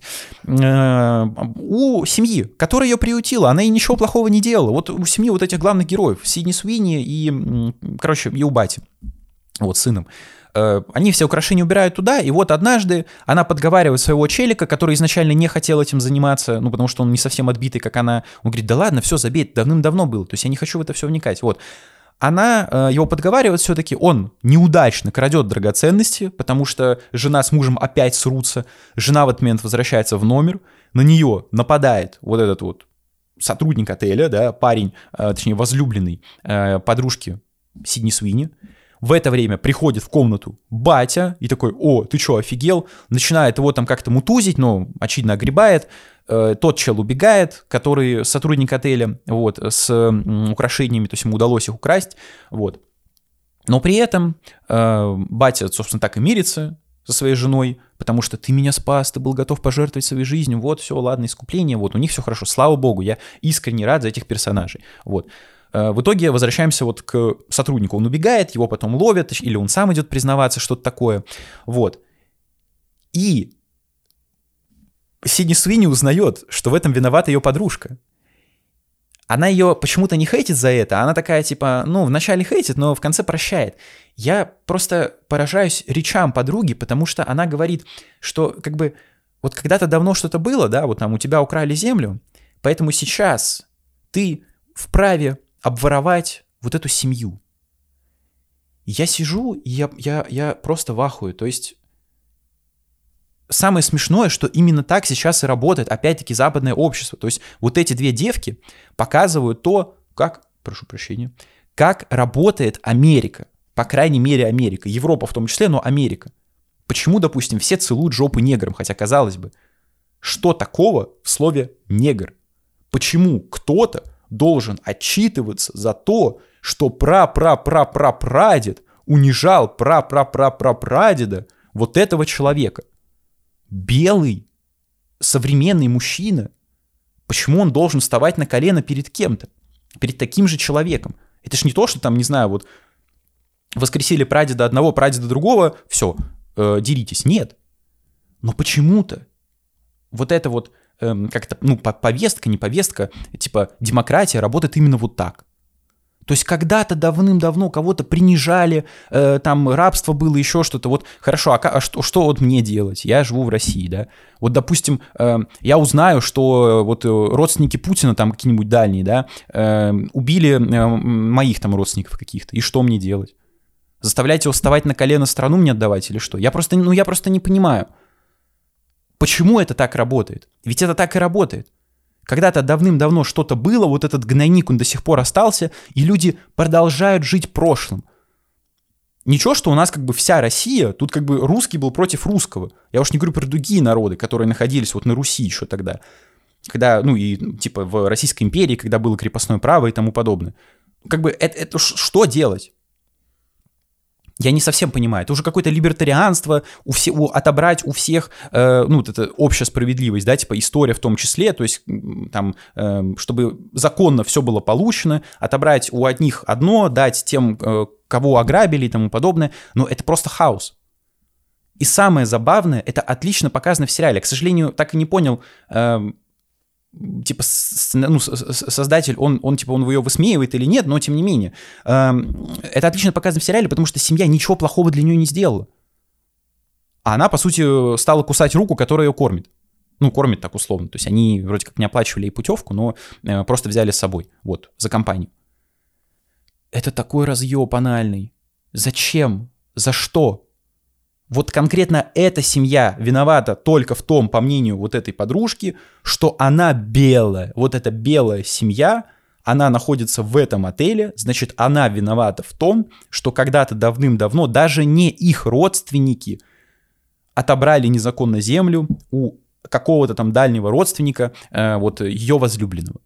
У семьи, которая ее приютила, она и ничего плохого не делала. Вот у семьи вот этих главных героев, Сидни Суини и, короче, и у бати. вот, сыном. Они все украшения убирают туда, и вот однажды она подговаривает своего челика, который изначально не хотел этим заниматься, ну, потому что он не совсем отбитый, как она. Он говорит, да ладно, все, забей, давным-давно было, то есть я не хочу в это все вникать, вот. Она его подговаривает все-таки, он неудачно крадет драгоценности, потому что жена с мужем опять срутся, жена в этот момент возвращается в номер, на нее нападает вот этот вот сотрудник отеля, да, парень, точнее, возлюбленный подружки Сидни Суини. В это время приходит в комнату батя и такой, о, ты что, офигел? Начинает его там как-то мутузить, но, очевидно, огребает. Тот чел убегает, который сотрудник отеля, вот, с украшениями, то есть ему удалось их украсть, вот. Но при этом э, батя, собственно, так и мирится со своей женой, потому что ты меня спас, ты был готов пожертвовать своей жизнью, вот, все, ладно, искупление, вот, у них все хорошо, слава богу, я искренне рад за этих персонажей, вот. В итоге возвращаемся вот к сотруднику. Он убегает, его потом ловят, или он сам идет признаваться, что-то такое. Вот. И Сидни Суини узнает, что в этом виновата ее подружка. Она ее почему-то не хейтит за это. Она такая, типа, ну, вначале хейтит, но в конце прощает. Я просто поражаюсь речам подруги, потому что она говорит, что как бы вот когда-то давно что-то было, да, вот там у тебя украли землю, поэтому сейчас ты вправе обворовать вот эту семью. Я сижу, и я, я, я просто в ахуе. То есть самое смешное, что именно так сейчас и работает, опять-таки, западное общество. То есть вот эти две девки показывают то, как, прошу прощения, как работает Америка. По крайней мере, Америка. Европа в том числе, но Америка. Почему, допустим, все целуют жопу неграм, хотя, казалось бы, что такого в слове «негр»? Почему кто-то должен отчитываться за то, что пра-пра-пра-пра-прадед унижал пра-пра-пра-пра-прадеда вот этого человека? Белый, современный мужчина. Почему он должен вставать на колено перед кем-то? Перед таким же человеком? Это ж не то, что там, не знаю, вот воскресили прадеда одного, прадеда другого, все, э, деритесь. Нет. Но почему-то вот это вот как-то, ну, повестка, не повестка, типа демократия работает именно вот так. То есть когда-то давным-давно кого-то принижали, э, там рабство было, еще что-то. Вот хорошо, а, а что, что вот мне делать? Я живу в России, да? Вот, допустим, э, я узнаю, что вот родственники Путина, там какие-нибудь дальние, да, э, убили э, моих там родственников каких-то. И что мне делать? Заставлять его вставать на колено, страну мне отдавать или что? Я просто, ну, я просто не понимаю. Почему это так работает? Ведь это так и работает. Когда-то давным-давно что-то было, вот этот гнойник, он до сих пор остался, и люди продолжают жить прошлым. Ничего, что у нас как бы вся Россия, тут как бы русский был против русского. Я уж не говорю про другие народы, которые находились вот на Руси еще тогда. Когда, ну и типа в Российской империи, когда было крепостное право и тому подобное. Как бы это, это что делать? Я не совсем понимаю. Это уже какое-то либертарианство, у все, у, отобрать у всех, э, ну, вот это общая справедливость, да, типа история в том числе, то есть там, э, чтобы законно все было получено, отобрать у одних одно, дать тем, э, кого ограбили и тому подобное, но это просто хаос. И самое забавное, это отлично показано в сериале. К сожалению, так и не понял, э, типа, ну, создатель, он, он, типа, он ее высмеивает или нет, но тем не менее. Это отлично показано в сериале, потому что семья ничего плохого для нее не сделала. А она, по сути, стала кусать руку, которая ее кормит. Ну, кормит так условно. То есть они вроде как не оплачивали ей путевку, но просто взяли с собой, вот, за компанию. Это такой разъеб анальный. Зачем? За что? Вот конкретно эта семья виновата только в том, по мнению вот этой подружки, что она белая. Вот эта белая семья, она находится в этом отеле, значит, она виновата в том, что когда-то давным-давно даже не их родственники отобрали незаконно землю у какого-то там дальнего родственника, э, вот ее возлюбленного.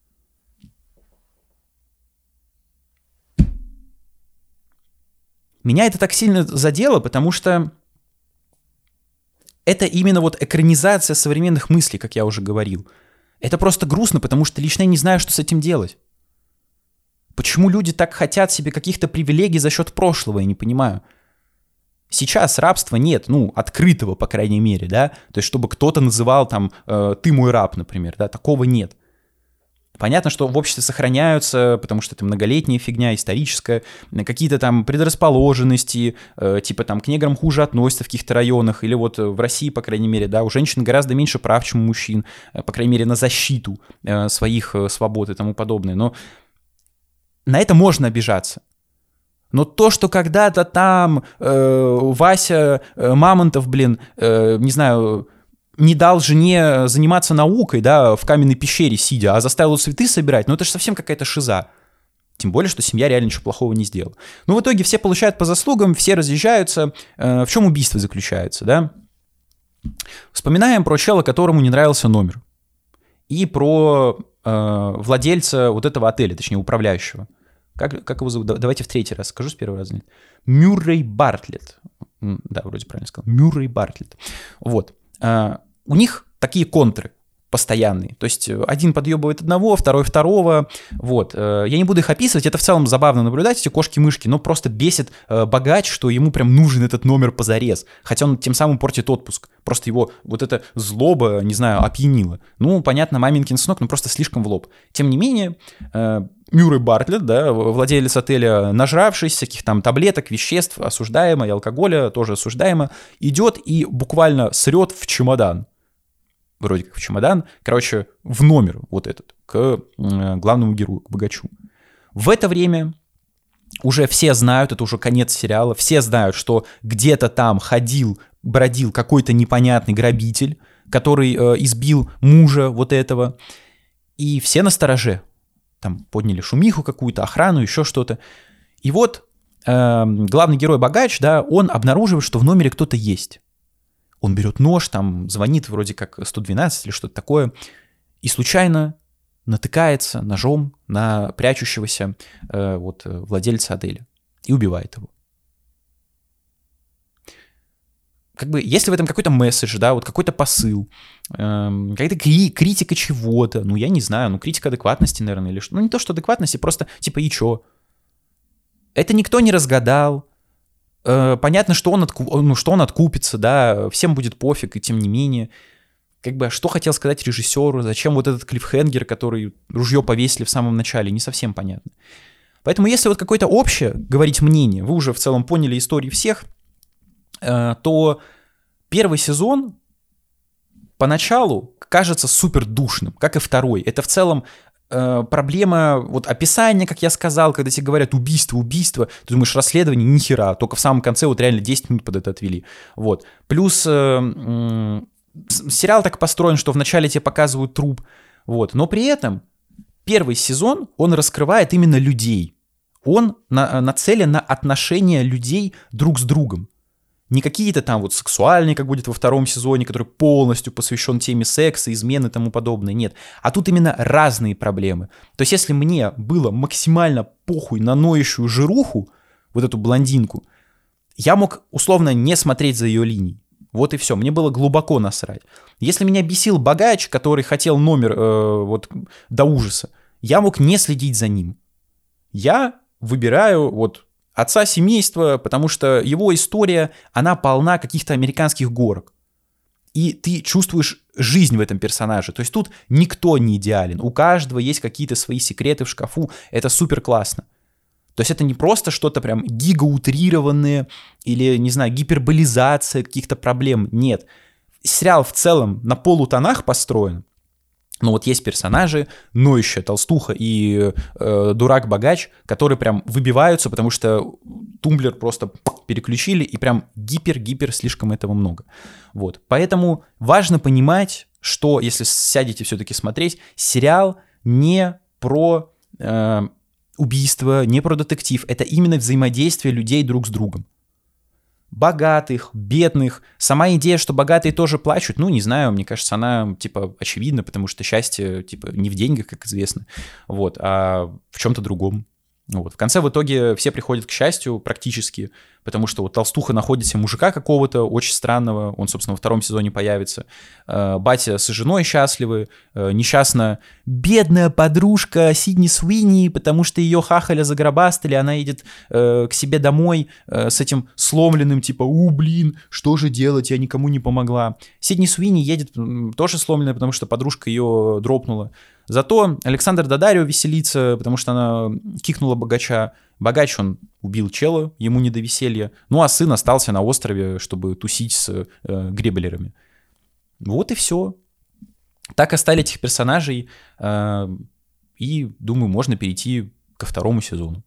Меня это так сильно задело, потому что это именно вот экранизация современных мыслей, как я уже говорил. Это просто грустно, потому что лично я не знаю, что с этим делать. Почему люди так хотят себе каких-то привилегий за счет прошлого, я не понимаю. Сейчас рабства нет, ну, открытого, по крайней мере, да, то есть чтобы кто-то называл там э, «ты мой раб», например, да, такого нет. Понятно, что в обществе сохраняются, потому что это многолетняя фигня, историческая, какие-то там предрасположенности, э, типа там к неграм хуже относятся в каких-то районах, или вот в России, по крайней мере, да, у женщин гораздо меньше прав, чем у мужчин, э, по крайней мере, на защиту э, своих э, свобод и тому подобное. Но на это можно обижаться. Но то, что когда-то там э, Вася э, Мамонтов, блин, э, не знаю... не дал жене заниматься наукой, да, в каменной пещере сидя, а заставил цветы собирать, ну это же совсем какая-то шиза. Тем более, что семья реально ничего плохого не сделала. Но в итоге все получают по заслугам, все разъезжаются. Э, в чем убийство заключается, да? Вспоминаем про чела, которому не нравился номер. И про э, владельца вот этого отеля, точнее, управляющего. Как, как его зовут? Давайте в третий раз скажу, с первого раза нет. Мюррей Бартлетт. Да, вроде правильно сказал. Мюррей Бартлетт. Вот. Uh, у них такие контры постоянные. То есть один подъебывает одного, второй второго. Вот. Uh, я не буду их описывать, это в целом забавно наблюдать, эти кошки-мышки, но просто бесит uh, богач, что ему прям нужен этот номер позарез. Хотя он тем самым портит отпуск. Просто его вот эта злоба, не знаю, опьянила. Ну, понятно, маменькин сынок, но просто слишком в лоб. Тем не менее, uh, Мюррей Бартлетт, да, владелец отеля, нажравшись всяких там таблеток, веществ, осуждаемо, и алкоголя тоже осуждаемо, идет и буквально срет в чемодан. Вроде как в чемодан. Короче, в номер вот этот, к главному герою, к богачу. В это время уже все знают, это уже конец сериала, все знают, что где-то там ходил, бродил какой-то непонятный грабитель, который э, избил мужа вот этого, и все настороже. Там подняли шумиху какую-то, охрану, еще что-то. И вот э, главный герой-богач, да, он обнаруживает, что в номере кто-то есть. Он берет нож, там звонит вроде как сто двенадцать или что-то такое, и случайно натыкается ножом на прячущегося э, вот, владельца отеля и убивает его. Как бы, если в этом какой-то месседж, да, вот какой-то посыл, эм, какая-то кри- критика чего-то, ну, я не знаю, ну, критика адекватности, наверное, или что. Ну, не то, что адекватности, просто, типа, и чё? Это никто не разгадал. Э, понятно, что он, отку- ну, что он откупится, да, всем будет пофиг, и тем не менее. Как бы, что хотел сказать режиссеру, зачем вот этот клиффхенгер, который ружье повесили в самом начале, не совсем понятно. Поэтому, если вот какое-то общее говорить мнение, вы уже в целом поняли истории всех, то первый сезон поначалу кажется супер душным, как и второй. Это в целом э, проблема вот описания, как я сказал, когда тебе говорят убийство, убийство, ты думаешь, расследование, ни хера, только в самом конце вот реально десять минут под это отвели. Вот. Плюс э, э, сериал так построен, что вначале тебе показывают труп, вот. Но при этом первый сезон, он раскрывает именно людей. Он на, нацелен на отношения людей друг с другом. Не какие-то там вот сексуальные, как будет во втором сезоне, который полностью посвящен теме секса, измены и тому подобное. Нет. А тут именно разные проблемы. То есть если мне было максимально похуй на ноющую жируху, вот эту блондинку, я мог условно не смотреть за ее линией. Вот и все. Мне было глубоко насрать. Если меня бесил богач, который хотел номер э, вот до ужаса, я мог не следить за ним. Я выбираю вот отца семейства, потому что его история, она полна каких-то американских горок. И ты чувствуешь жизнь в этом персонаже. То есть тут никто не идеален. У каждого есть какие-то свои секреты в шкафу. Это супер классно. То есть это не просто что-то прям гигаутрированное или, не знаю, гиперболизация каких-то проблем. Нет. Сериал в целом на полутонах построен. Но вот есть персонажи, ноющая толстуха и э, дурак-богач, которые прям выбиваются, потому что тумблер просто переключили, и прям гипер-гипер слишком этого много. Вот. Поэтому важно понимать, что, если сядете все-таки смотреть, сериал не про э, убийство, не про детектив. Это именно взаимодействие людей друг с другом. Богатых, бедных. Сама идея, что богатые тоже плачут, ну, не знаю, мне кажется, она, типа, очевидна, потому что счастье, типа, не в деньгах, как известно, вот, а в чем-то другом. Вот. В конце, в итоге, все приходят к счастью практически, потому что вот толстуха находит себе мужика какого-то очень странного, он, собственно, во втором сезоне появится. Батя с женой счастливы, несчастная бедная подружка Сидни Суини, потому что ее хахаля загробастали, она едет к себе домой с этим сломленным, типа, у, блин, что же делать, я никому не помогла. Сидни Суини едет тоже сломленная, потому что подружка ее дропнула. Зато Александр Дадарио веселится, потому что она кикнула богача. Богач, он убил чела, ему не до веселья. Ну, а сын остался на острове, чтобы тусить с э, гребелерами. Вот и все. Так оставили этих персонажей. Э, и, думаю, можно перейти ко второму сезону.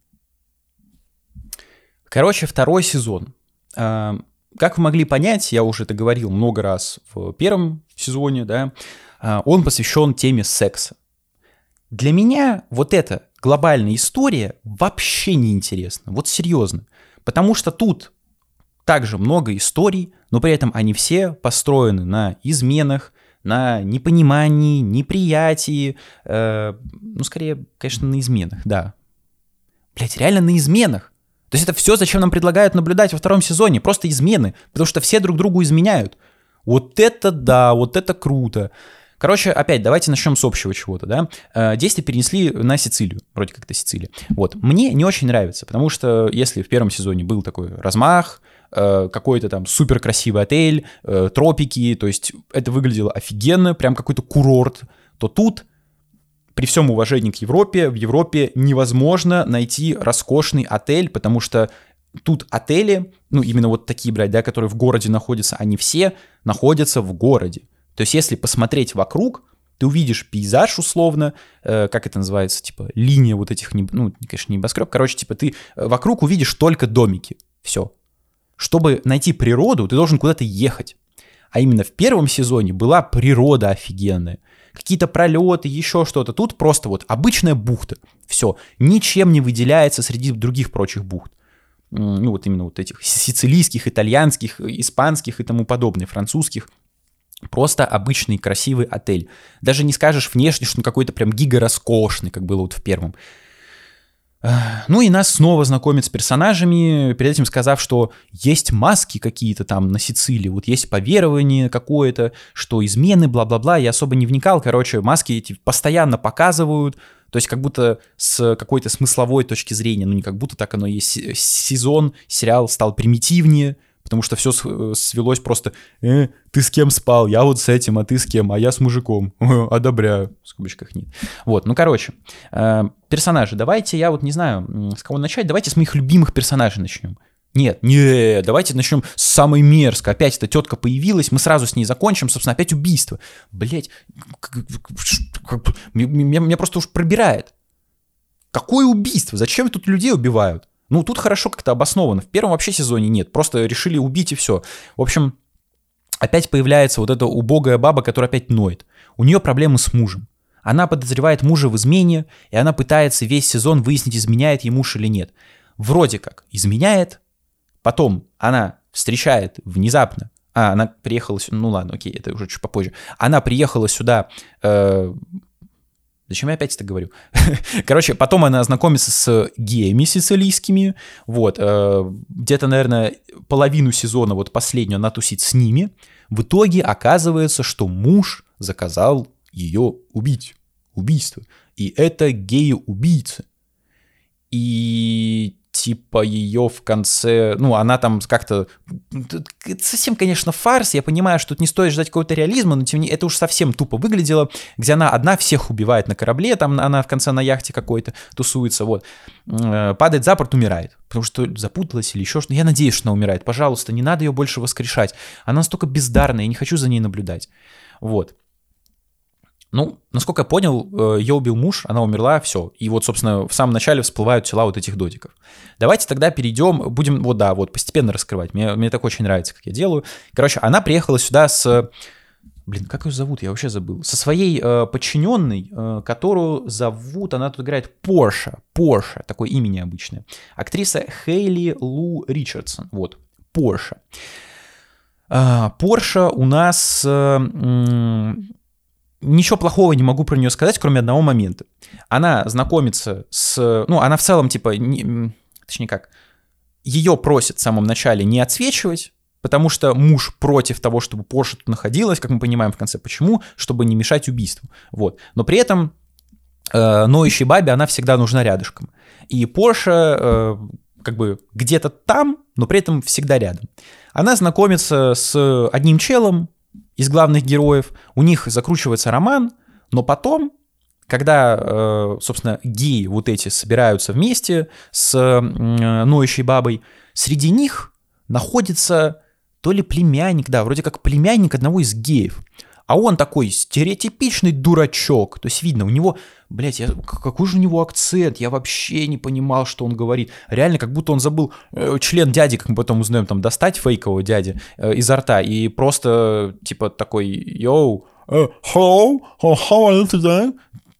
Короче, второй сезон. Э, как вы могли понять, я уже это говорил много раз в первом сезоне, да, э, он посвящен теме секса. Для меня вот эта глобальная история вообще не интересна. Вот серьезно. Потому что тут также много историй, но при этом они все построены на изменах, на непонимании, неприятии. Э, ну, скорее, конечно, на изменах, да. Блять, реально на изменах. То есть это все, зачем нам предлагают наблюдать во втором сезоне. Просто измены. Потому что все друг другу изменяют. Вот это да, вот это круто. Короче, опять, давайте начнем с общего чего-то, да. Э, действие перенесли на Сицилию, вроде как это Сицилия. Вот, мне не очень нравится, потому что если в первом сезоне был такой размах, э, какой-то там супер красивый отель, э, тропики, то есть это выглядело офигенно, прям какой-то курорт, то тут, при всем уважении к Европе, в Европе невозможно найти роскошный отель, потому что тут отели, ну именно вот такие брать, да, которые в городе находятся, они все находятся в городе. То есть, если посмотреть вокруг, ты увидишь пейзаж условно, э, как это называется, типа, линия вот этих, не, ну, конечно, небоскреб, короче, типа, ты вокруг увидишь только домики, все. Чтобы найти природу, ты должен куда-то ехать. А именно в первом сезоне была природа офигенная. Какие-то пролеты, еще что-то. Тут просто вот обычная бухта, все. Ничем не выделяется среди других прочих бухт. Ну, вот именно вот этих сицилийских, итальянских, испанских и тому подобное, французских. Просто обычный красивый отель. Даже не скажешь внешне, что он какой-то прям гига-роскошный, как было вот в первом. Ну и нас снова знакомят с персонажами, перед этим сказав, что есть маски какие-то там на Сицилии, вот есть поверование какое-то, что измены, бла-бла-бла, я особо не вникал, короче, маски эти постоянно показывают, то есть как будто с какой-то смысловой точки зрения, ну не как будто так оно и есть, сезон, сериал стал примитивнее, потому что все свелось просто, э, ты с кем спал, я вот с этим, а ты с кем, а я с мужиком, одобряю, в скобочках нет. Вот, ну короче, э, персонажи, давайте, я вот не знаю, с кого начать, давайте с моих любимых персонажей начнем. Нет, нет, давайте начнем с самой мерзкой. Опять эта тетка появилась, мы сразу с ней закончим, собственно, опять убийство. Блять, меня, меня просто уж пробирает. Какое убийство? Зачем тут людей убивают? Ну, тут хорошо как-то обосновано. В первом вообще сезоне нет. Просто решили убить и все. В общем, опять появляется вот эта убогая баба, которая опять ноет. У нее проблемы с мужем. Она подозревает мужа в измене, и она пытается весь сезон выяснить, изменяет ей муж или нет. Вроде как изменяет. Потом она встречает внезапно. А, она приехала сюда. Ну ладно, окей, это уже чуть попозже. Она приехала сюда... Э- Зачем я опять это говорю? Короче, потом она знакомится с геями сицилийскими, вот, э, где-то, наверное, половину сезона, вот последнюю, она тусит с ними. В итоге оказывается, что муж заказал ее убить, убийство. И это геи-убийцы. И типа ее в конце, ну, она там как-то... Это совсем, конечно, фарс, я понимаю, что тут не стоит ждать какого-то реализма, но тем не менее, это уж совсем тупо выглядело, где она одна всех убивает на корабле, там она в конце на яхте какой-то тусуется, вот, падает за борт, умирает, потому что запуталась или еще что-то. Я надеюсь, что она умирает, пожалуйста, не надо ее больше воскрешать, она настолько бездарная, я не хочу за ней наблюдать, вот. Ну, насколько я понял, ее убил муж, она умерла, все. И вот, собственно, в самом начале всплывают тела вот этих додиков. Давайте тогда перейдем, будем, вот да, вот постепенно раскрывать. Мне, мне так очень нравится, как я делаю. Короче, она приехала сюда с... Блин, как ее зовут? Я вообще забыл. Со своей э, подчиненной, э, которую зовут, она тут играет Порша. Порша, такое имя необычное. Актриса Хейли Лу Ричардсон. Вот, Порша. Э, Порша у нас... Э, э, Ничего плохого не могу про нее сказать, кроме одного момента. Она знакомится с... Ну, она в целом, типа... Не, точнее как... Ее просят в самом начале не отсвечивать, потому что муж против того, чтобы Порша тут находилась, как мы понимаем в конце. Почему? Чтобы не мешать убийству. Вот. Но при этом э, ноющей бабе она всегда нужна рядышком. И Порша э, как бы где-то там, но при этом всегда рядом. Она знакомится с одним челом, из главных героев, у них закручивается роман, но потом, когда, собственно, геи вот эти собираются вместе с ноющей бабой, среди них находится то ли племянник, да, вроде как племянник одного из геев. А он такой стереотипичный дурачок. То есть видно, у него, блядь, я, какой же у него акцент, я вообще не понимал, что он говорит. Реально, как будто он забыл э, член дяди, как мы потом узнаем, там, достать фейкового дяди э, изо рта. И просто, типа, такой, йоу, uh, hello, how are you today?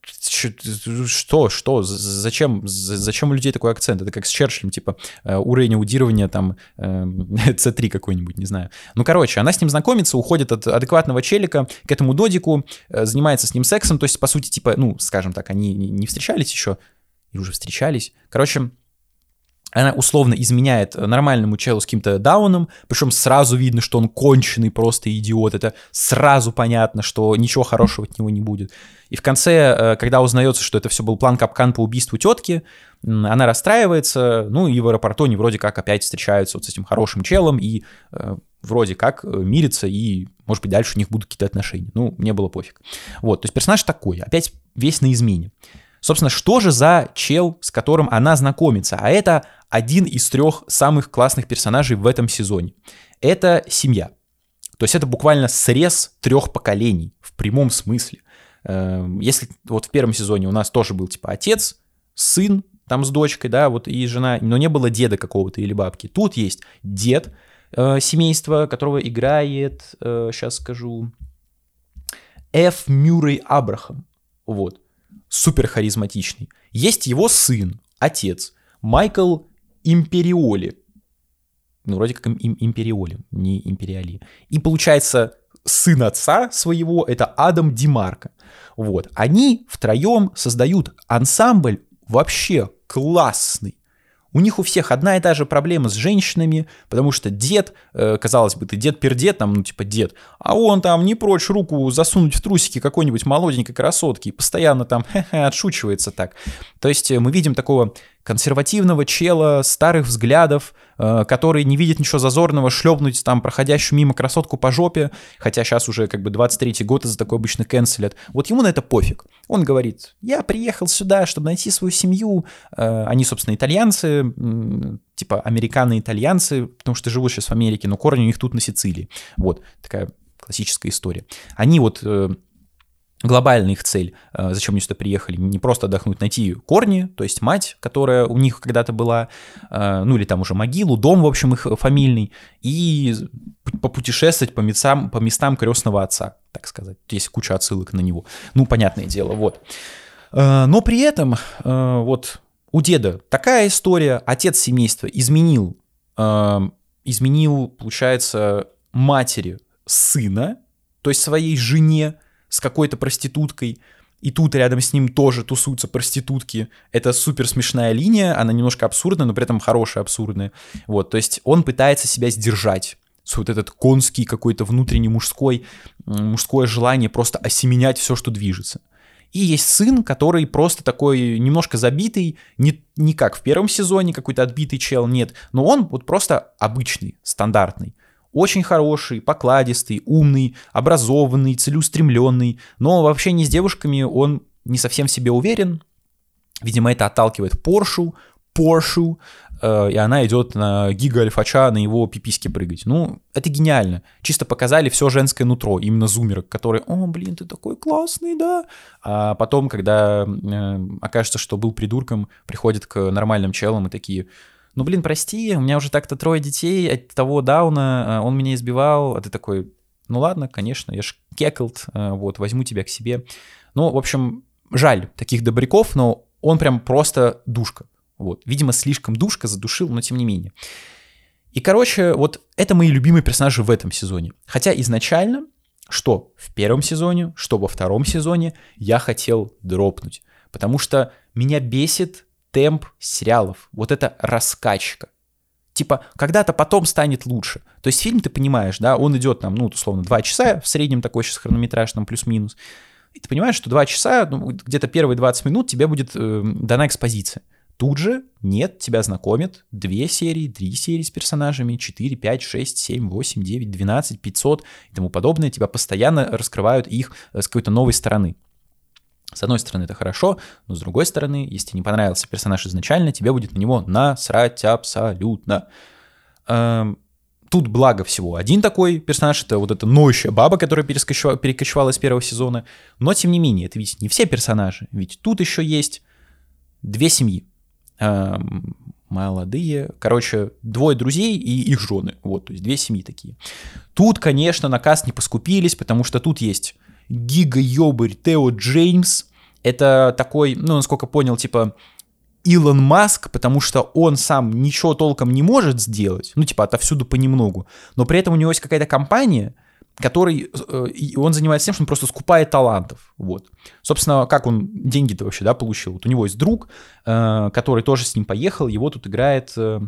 Что, что, зачем, зачем у людей такой акцент? Это как с Черчиллем, типа, уровень аудирования там си три какой-нибудь, не знаю. Ну, короче, она с ним знакомится, уходит от адекватного челика к этому додику, занимается с ним сексом, то есть, по сути, типа, ну, скажем так, они не встречались еще, и уже встречались. Короче, она условно изменяет нормальному челу с каким-то дауном, причем сразу видно, что он конченый просто идиот, это сразу понятно, что ничего хорошего от него не будет. И в конце, когда узнается, что это все был план-капкан по убийству тетки, она расстраивается, ну и в аэропорту они вроде как опять встречаются вот с этим хорошим челом и э, вроде как мирятся, и, может быть, дальше у них будут какие-то отношения. Ну, мне было пофиг. Вот, то есть персонаж такой, опять весь на измене. Собственно, что же за чел, с которым она знакомится? А это один из трех самых классных персонажей в этом сезоне. Это семья. То есть это буквально срез трех поколений в прямом смысле. Если вот в первом сезоне у нас тоже был типа отец, сын там с дочкой, да, вот и жена, но не было деда какого-то или бабки. Тут есть дед э, семейства, которого играет, э, сейчас скажу, Ф. Мюррей Абрахам. Вот. Супер харизматичный. Есть его сын, отец, Майкл Империоли. Ну, вроде как им, Империоли, не Империали. И получается, сын отца своего — это Адам Димарко. Вот. Они втроем создают ансамбль вообще классный. У них у всех одна и та же проблема с женщинами, потому что дед, э, казалось бы, ты дед-пердед, там, ну, типа дед, а он там не прочь руку засунуть в трусики какой-нибудь молоденькой красотки и постоянно там хе-хе, отшучивается так. То есть мы видим такого консервативного чела, старых взглядов, э, который не видит ничего зазорного шлепнуть там проходящую мимо красотку по жопе, хотя сейчас уже как бы двадцать третий год, и за такое обычно канцелят. Вот ему на это пофиг. Он говорит: я приехал сюда, чтобы найти свою семью. Э, они, собственно, итальянцы, э, типа американо-итальянцы, потому что живут сейчас в Америке, но корни у них тут на Сицилии. Вот, такая классическая история. Они вот... Э, Глобальная их цель, зачем они сюда приехали, не просто отдохнуть, найти корни, то есть мать, которая у них когда-то была, ну или там уже могилу, дом, в общем, их фамильный, и попутешествовать по местам, по местам крестного отца, так сказать. Есть куча отсылок на него. Ну, понятное дело, вот. Но при этом вот у деда такая история, отец семейства изменил, изменил, получается, матери сына, то есть своей жене, с какой-то проституткой, и тут рядом с ним тоже тусуются проститутки. Это супер смешная линия, она немножко абсурдная, но при этом хорошая абсурдная. Вот, то есть он пытается себя сдержать. Вот этот конский какой-то внутренний мужской, мужское желание просто осеменять все, что движется. И есть сын, который просто такой немножко забитый, не, не как в первом сезоне какой-то отбитый чел, нет, но он вот просто обычный, стандартный. Очень хороший, покладистый, умный, образованный, целеустремленный, но в общении с девушками он не совсем в себе уверен. Видимо, это отталкивает Поршу, Поршу, э, и она идет на гига-альфача на его пипиське прыгать. Ну, это гениально. Чисто показали все женское нутро, именно зумерок, которые: о, блин, ты такой классный, да. А потом, когда э, окажется, что был придурком, приходит к нормальным челам и такие: ну, блин, прости, у меня уже так-то трое детей, от того Дауна, он меня избивал, а ты такой: ну ладно, конечно, я ж кеклд, вот, возьму тебя к себе. Ну, в общем, жаль таких добряков, но он прям просто душка, вот. Видимо, слишком душка, задушил, но тем не менее. И, короче, вот это мои любимые персонажи в этом сезоне. Хотя изначально, что в первом сезоне, что во втором сезоне, я хотел дропнуть, потому что меня бесит темп сериалов, вот эта раскачка. Типа, когда-то потом станет лучше. То есть фильм, ты понимаешь, да, он идет там, ну, условно, два часа, в среднем такой сейчас хронометраж, там, плюс-минус. И ты понимаешь, что два часа, ну, где-то первые двадцать минут тебе будет э, дана экспозиция. Тут же нет, тебя знакомят две серии, три серии с персонажами, четыре, пять, шесть, семь, восемь, девять, двенадцать, пятьсот и тому подобное. Тебя постоянно раскрывают их с какой-то новой стороны. С одной стороны, это хорошо, но с другой стороны, если тебе не понравился персонаж изначально, тебе будет на него насрать абсолютно. Эм, тут благо всего один такой персонаж, это вот эта ноющая баба, которая перескочила, перекочевала из первого сезона. Но, тем не менее, это ведь не все персонажи, ведь тут еще есть две семьи. Эм, молодые, короче, двое друзей и их жены. Вот, то есть две семьи такие. Тут, конечно, на каст не поскупились, потому что тут есть гига-ёбарь Тео Джеймс. Это такой, ну, насколько понял, типа Илон Маск, потому что он сам ничего толком не может сделать, ну, типа отовсюду понемногу, но при этом у него есть какая-то компания, который э, он занимается тем, что он просто скупает талантов, вот. Собственно, как он деньги-то вообще, да, получил? Вот у него есть друг, э, который тоже с ним поехал, его тут играет э,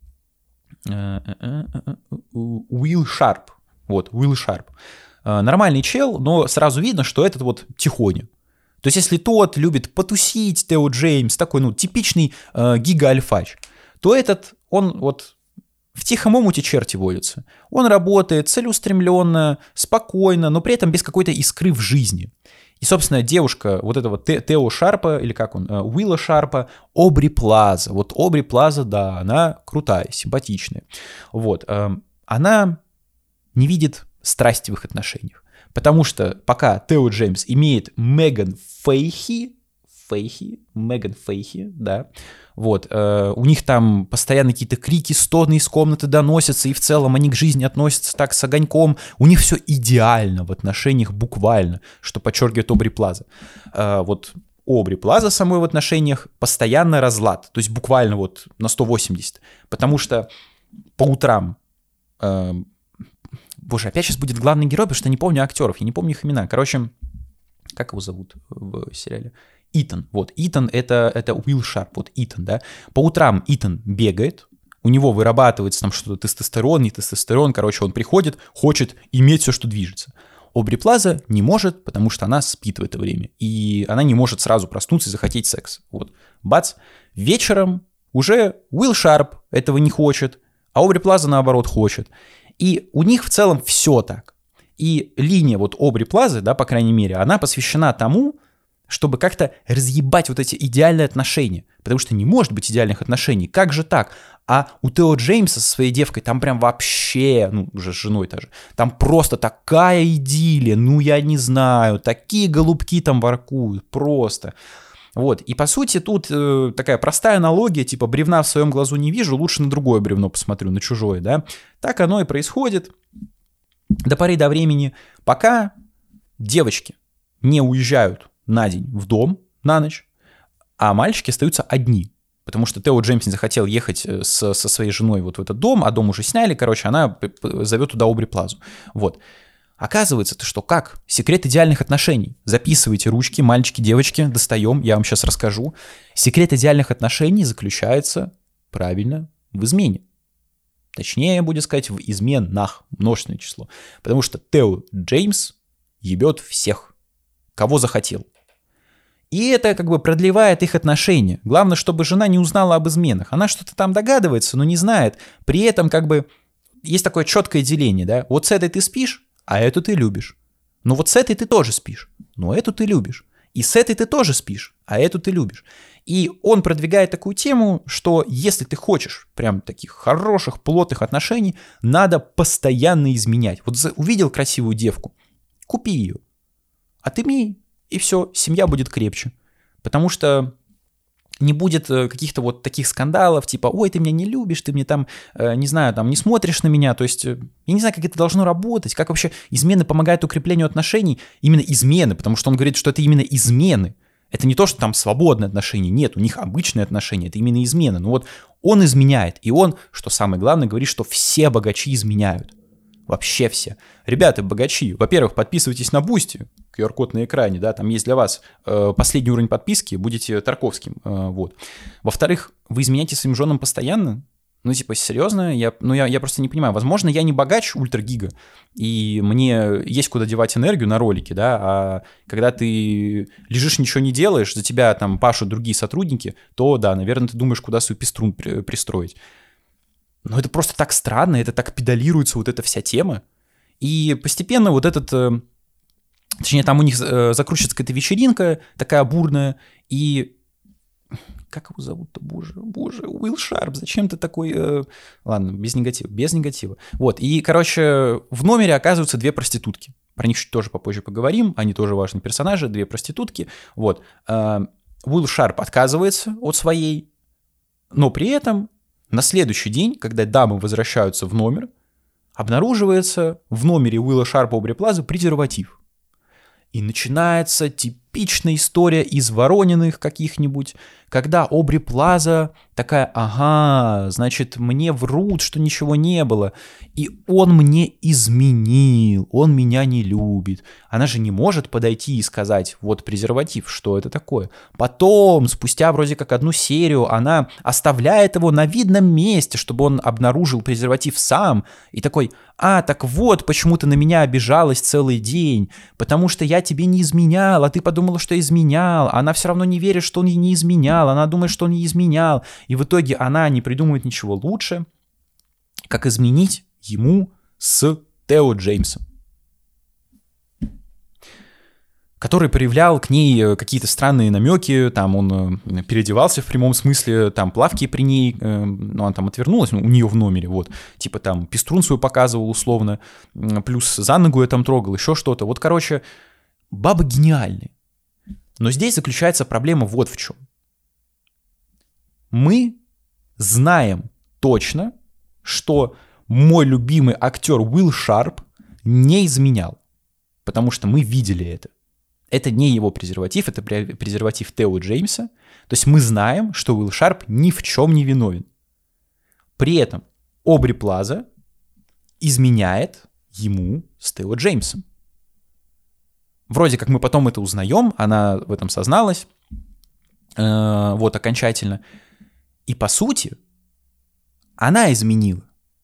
э, э, э, Уилл Шарп, вот, Уилл Шарп. Э, нормальный чел, но сразу видно, что этот вот тихоня. То есть, если тот любит потусить, Тео Джеймс, такой, ну, типичный э, гига-альфач, то этот, он вот в тихом омуте черти водятся. Он работает целеустремленно, спокойно, но при этом без какой-то искры в жизни. И, собственно, девушка вот этого Те- Тео Шарпа, или как он, э, Уилла Шарпа, Обри Плаза. Вот Обри Плаза, да, она крутая, симпатичная. Вот, э, она не видит страсти в их отношениях. Потому что пока Тео Джеймс имеет Меган Фейхи, Фейхи, Меган Фейхи, да, вот, э, у них там постоянно какие-то крики, стоны из комнаты доносятся, и в целом они к жизни относятся так с огоньком, у них все идеально в отношениях буквально, что подчеркивает Обри Плаза. Э, вот Обри Плаза самой в отношениях постоянно разлад, то есть буквально вот на сто восемьдесят, потому что по утрам... Э, Боже, опять сейчас будет главный герой, потому что я не помню актеров, я не помню их имена. Короче, как его зовут в сериале? Итан. Вот, Итан — это, это Уилл Шарп, вот Итан, да. По утрам Итан бегает, у него вырабатывается там что-то тестостерон, не тестостерон, короче, он приходит, хочет иметь все, что движется. Обри Плаза не может, потому что она спит в это время, и она не может сразу проснуться и захотеть секс. Вот, бац, вечером уже Уилл Шарп этого не хочет, а Обри Плаза, наоборот, хочет. И у них в целом все так. И линия вот Обри Плазы, да, по крайней мере, она посвящена тому, чтобы как-то разъебать вот эти идеальные отношения. Потому что не может быть идеальных отношений. Как же так? А у Тео Джеймса со своей девкой там прям вообще, ну, уже с женой даже, там просто такая идиллия, ну, я не знаю, такие голубки там воркуют, просто... Вот, и по сути тут э, такая простая аналогия, типа бревна в своем глазу не вижу, лучше на другое бревно посмотрю, на чужое, да. Так оно и происходит до поры до времени, пока девочки не уезжают на день в дом на ночь, а мальчики остаются одни. Потому что Тео Джеймс не захотел ехать с, со своей женой вот в этот дом, а дом уже сняли, короче, она зовет туда Обри Плазу. Вот. Оказывается-то, что как? Секрет идеальных отношений. Записывайте ручки, мальчики, девочки, достаем, я вам сейчас расскажу. Секрет идеальных отношений заключается, правильно, в измене. Точнее, будет сказать, в изменах, множественное число. Потому что Тео Джеймс ебет всех, кого захотел. И это как бы продлевает их отношения. Главное, чтобы жена не узнала об изменах. Она что-то там догадывается, но не знает. При этом как бы есть такое четкое деление, да. Вот с этой ты спишь, а эту ты любишь. Ну вот с этой ты тоже спишь, но эту ты любишь. И с этой ты тоже спишь, а эту ты любишь. И он продвигает такую тему, что если ты хочешь прям таких хороших, плотных отношений, надо постоянно изменять. Вот увидел красивую девку, купи ее, отымей, и все, семья будет крепче. Потому что не будет каких-то вот таких скандалов, типа, ой, ты меня не любишь, ты мне там, не знаю, там, не смотришь на меня, то есть, я не знаю, как это должно работать, как вообще измены помогают укреплению отношений, именно измены, потому что он говорит, что это именно измены, это не то, что там свободные отношения, нет, у них обычные отношения, это именно измены, но вот он изменяет, и он, что самое главное, говорит, что все богачи изменяют. Вообще все. Ребята, богачи, во-первых, подписывайтесь на Boosty, ку ар код на экране, да, там есть для вас э, последний уровень подписки, будете Тарковским, э, вот. Во-вторых, вы изменяете своим женам постоянно? Ну, типа, серьезно? Я, ну, я, я просто не понимаю. Возможно, я не богач ультрагига, и мне есть куда девать энергию на ролики, да, а когда ты лежишь, ничего не делаешь, за тебя там пашут другие сотрудники, то, да, наверное, ты думаешь, куда свою пеструн при, пристроить. Но это просто так странно, это так педалируется вот эта вся тема. И постепенно вот этот э, Точнее, там у них э, закручивается какая-то вечеринка такая бурная, и... Как его зовут-то, боже, боже, Уилл Шарп, зачем ты такой... Э... Ладно, без негатива, без негатива. Вот, и, короче, в номере оказываются две проститутки. Про них чуть тоже попозже поговорим, они тоже важные персонажи, две проститутки. Вот, э, Уилл Шарп отказывается от своей, но при этом на следующий день, когда дамы возвращаются в номер, обнаруживается в номере Уилла Шарпа Обри Плазы презерватив. И начинается типичная история из Ворониных каких-нибудь, когда Обри Плаза такая: ага, значит, мне врут, что ничего не было, и он мне изменил, он меня не любит. Она же не может подойти и сказать: вот презерватив, что это такое. Потом, спустя вроде как одну серию, она оставляет его на видном месте, чтобы он обнаружил презерватив сам, и такой: а, так вот, почему ты на меня обижалась целый день, потому что я тебе не изменял, а ты подумала, что изменял. Она все равно не верит, что он ей не изменял, она думает, что он не изменял. И в итоге она не придумывает ничего лучше, как изменить ему с Тео Джеймсом, который проявлял к ней какие-то странные намеки, там он переодевался в прямом смысле, там плавки при ней, ну, она там отвернулась, ну, у нее в номере, вот, типа там пеструн свою показывал условно, плюс за ногу я там трогал, еще что-то. Вот, короче, баба гениальная. Но здесь заключается проблема вот в чем. Мы знаем точно, что мой любимый актер Уилл Шарп не изменял, потому что мы видели это. Это не его презерватив, это презерватив Тео Джеймса. То есть мы знаем, что Уилл Шарп ни в чем не виновен. При этом Обри Плаза изменяет ему с Тео Джеймсом. Вроде как мы потом это узнаем, она в этом созналась, э, вот окончательно. И по сути, она изменила.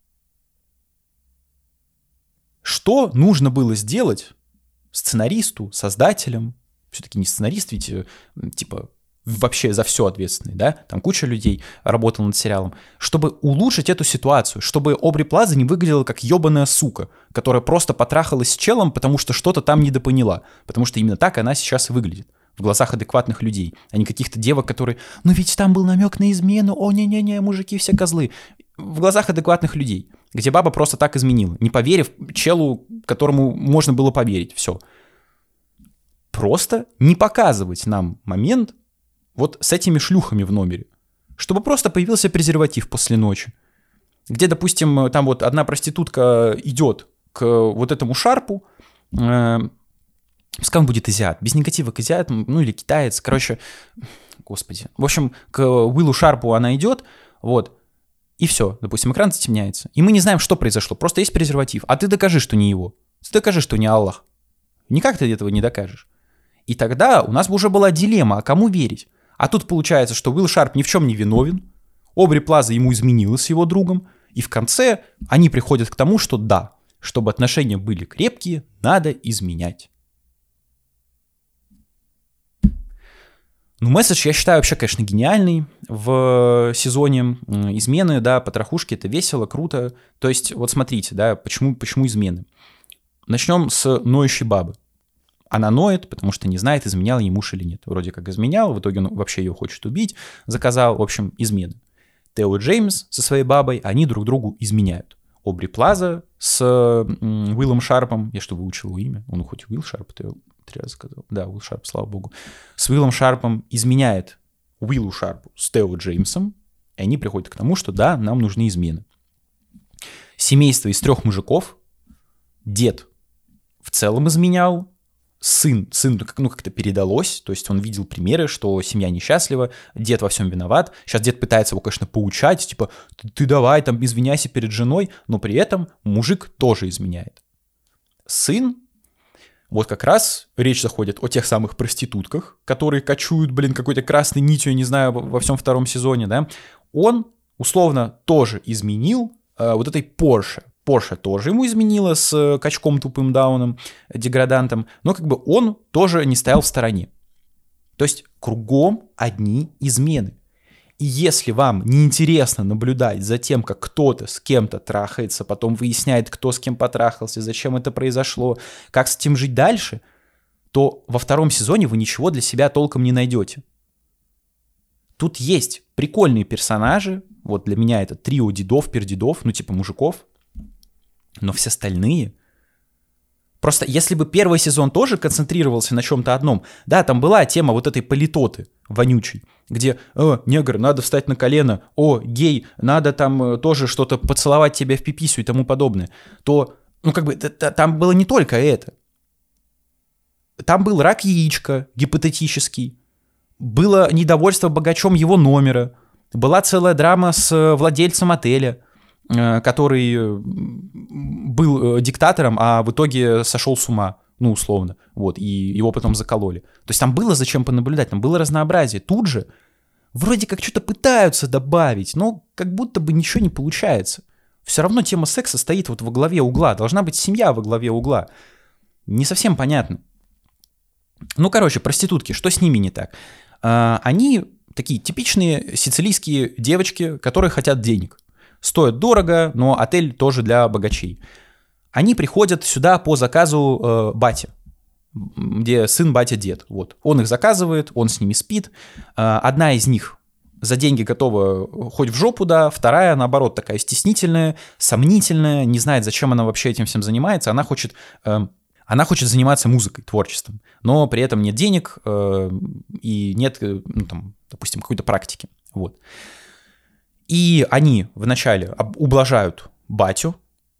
Что нужно было сделать сценаристу, создателям, все-таки не сценарист, ведь типа вообще за все ответственный, да, там куча людей работала над сериалом, чтобы улучшить эту ситуацию, чтобы Обри Плаза не выглядела как ебаная сука, которая просто потрахалась с челом, потому что что-то там недопоняла, потому что именно так она сейчас и выглядит в глазах адекватных людей, а не каких-то девок, которые, ну ведь там был намек на измену, о не-не-не, мужики все козлы, в глазах адекватных людей, где баба просто так изменила, не поверив челу, которому можно было поверить, все. Просто не показывать нам момент вот с этими шлюхами в номере, чтобы просто появился презерватив после ночи, где, допустим, там вот одна проститутка идет к вот этому Шарпу, э, пускай он будет азиат, без негатива к азиатам, ну или китаец, короче, господи, в общем, к Уиллу Шарпу она идет, вот, и все, допустим, экран затемняется, и мы не знаем, что произошло, просто есть презерватив, а ты докажи, что не его, ты докажи, что не Аллах, никак ты этого не докажешь. И тогда у нас бы уже была дилемма, а кому верить? А тут получается, что Уилл Шарп ни в чем не виновен, Обри Плаза ему изменила с его другом, и в конце они приходят к тому, что да, чтобы отношения были крепкие, надо изменять. Ну, месседж, я считаю, вообще, конечно, гениальный в сезоне измены, да, потрохушки, это весело, круто. То есть, вот смотрите, да, почему, почему измены. Начнем с ноющей бабы. Она ноет, потому что не знает, изменял ей муж или нет. Вроде как изменял, в итоге он вообще ее хочет убить, заказал, в общем, измены. Тео Джеймс со своей бабой, они друг другу изменяют. Обри Плаза с м, Уиллом Шарпом, я что, выучил его имя? Он хоть Уилл Шарп, ты три раза сказал. Да, Уилл Шарп, слава богу. С Уиллом Шарпом изменяет Уиллу Шарпу с Тео Джеймсом, и они приходят к тому, что да, нам нужны измены. Семейство из трех мужиков, дед в целом изменял, сын, сын ну, как-то передалось, то есть он видел примеры, что семья несчастлива, дед во всем виноват. Сейчас дед пытается его, конечно, поучать, типа, ты, ты давай, там, извиняйся перед женой, но при этом мужик тоже изменяет. Сын, вот как раз речь заходит о тех самых проститутках, которые кочуют, блин, какой-то красной нитью, я не знаю, во всем втором сезоне, да, он, условно, тоже изменил э, вот этой Порше. Порше тоже ему изменила с качком тупым дауном, деградантом, но как бы он тоже не стоял в стороне. То есть кругом одни измены. И если вам неинтересно наблюдать за тем, как кто-то с кем-то трахается, потом выясняет, кто с кем потрахался, зачем это произошло, как с этим жить дальше, то во втором сезоне вы ничего для себя толком не найдете. Тут есть прикольные персонажи, вот для меня это трио дедов, пердедов, ну типа мужиков, но все остальные... Просто если бы первый сезон тоже концентрировался на чем-то одном, да, там была тема вот этой политоты вонючей, где «О, негр, надо встать на колено», «О, гей, надо там тоже что-то поцеловать тебя в пиписю» и тому подобное, то, ну как бы, там было не только это. Там был рак яичка гипотетический, было недовольство богачом его номера, была целая драма с владельцем отеля, который был диктатором, а в итоге сошел с ума, ну, условно, вот, и его потом закололи. То есть там было зачем понаблюдать, там было разнообразие. Тут же вроде как что-то пытаются добавить, но как будто бы ничего не получается. Все равно тема секса стоит вот во главе угла, должна быть семья во главе угла. Не совсем понятно. Ну, короче, проститутки, что с ними не так? Они такие типичные сицилийские девочки, которые хотят денег. Стоят дорого, но отель тоже для богачей. Они приходят сюда по заказу э, бати, где сын, батя, дед. Вот. Он их заказывает, он с ними спит. Э, одна из них за деньги готова хоть в жопу, да, вторая, наоборот, такая стеснительная, сомнительная, не знает, зачем она вообще этим всем занимается. Она хочет, э, она хочет заниматься музыкой, творчеством, но при этом нет денег э, и нет, ну, там, допустим, какой-то практики. Вот. И они вначале ублажают батю.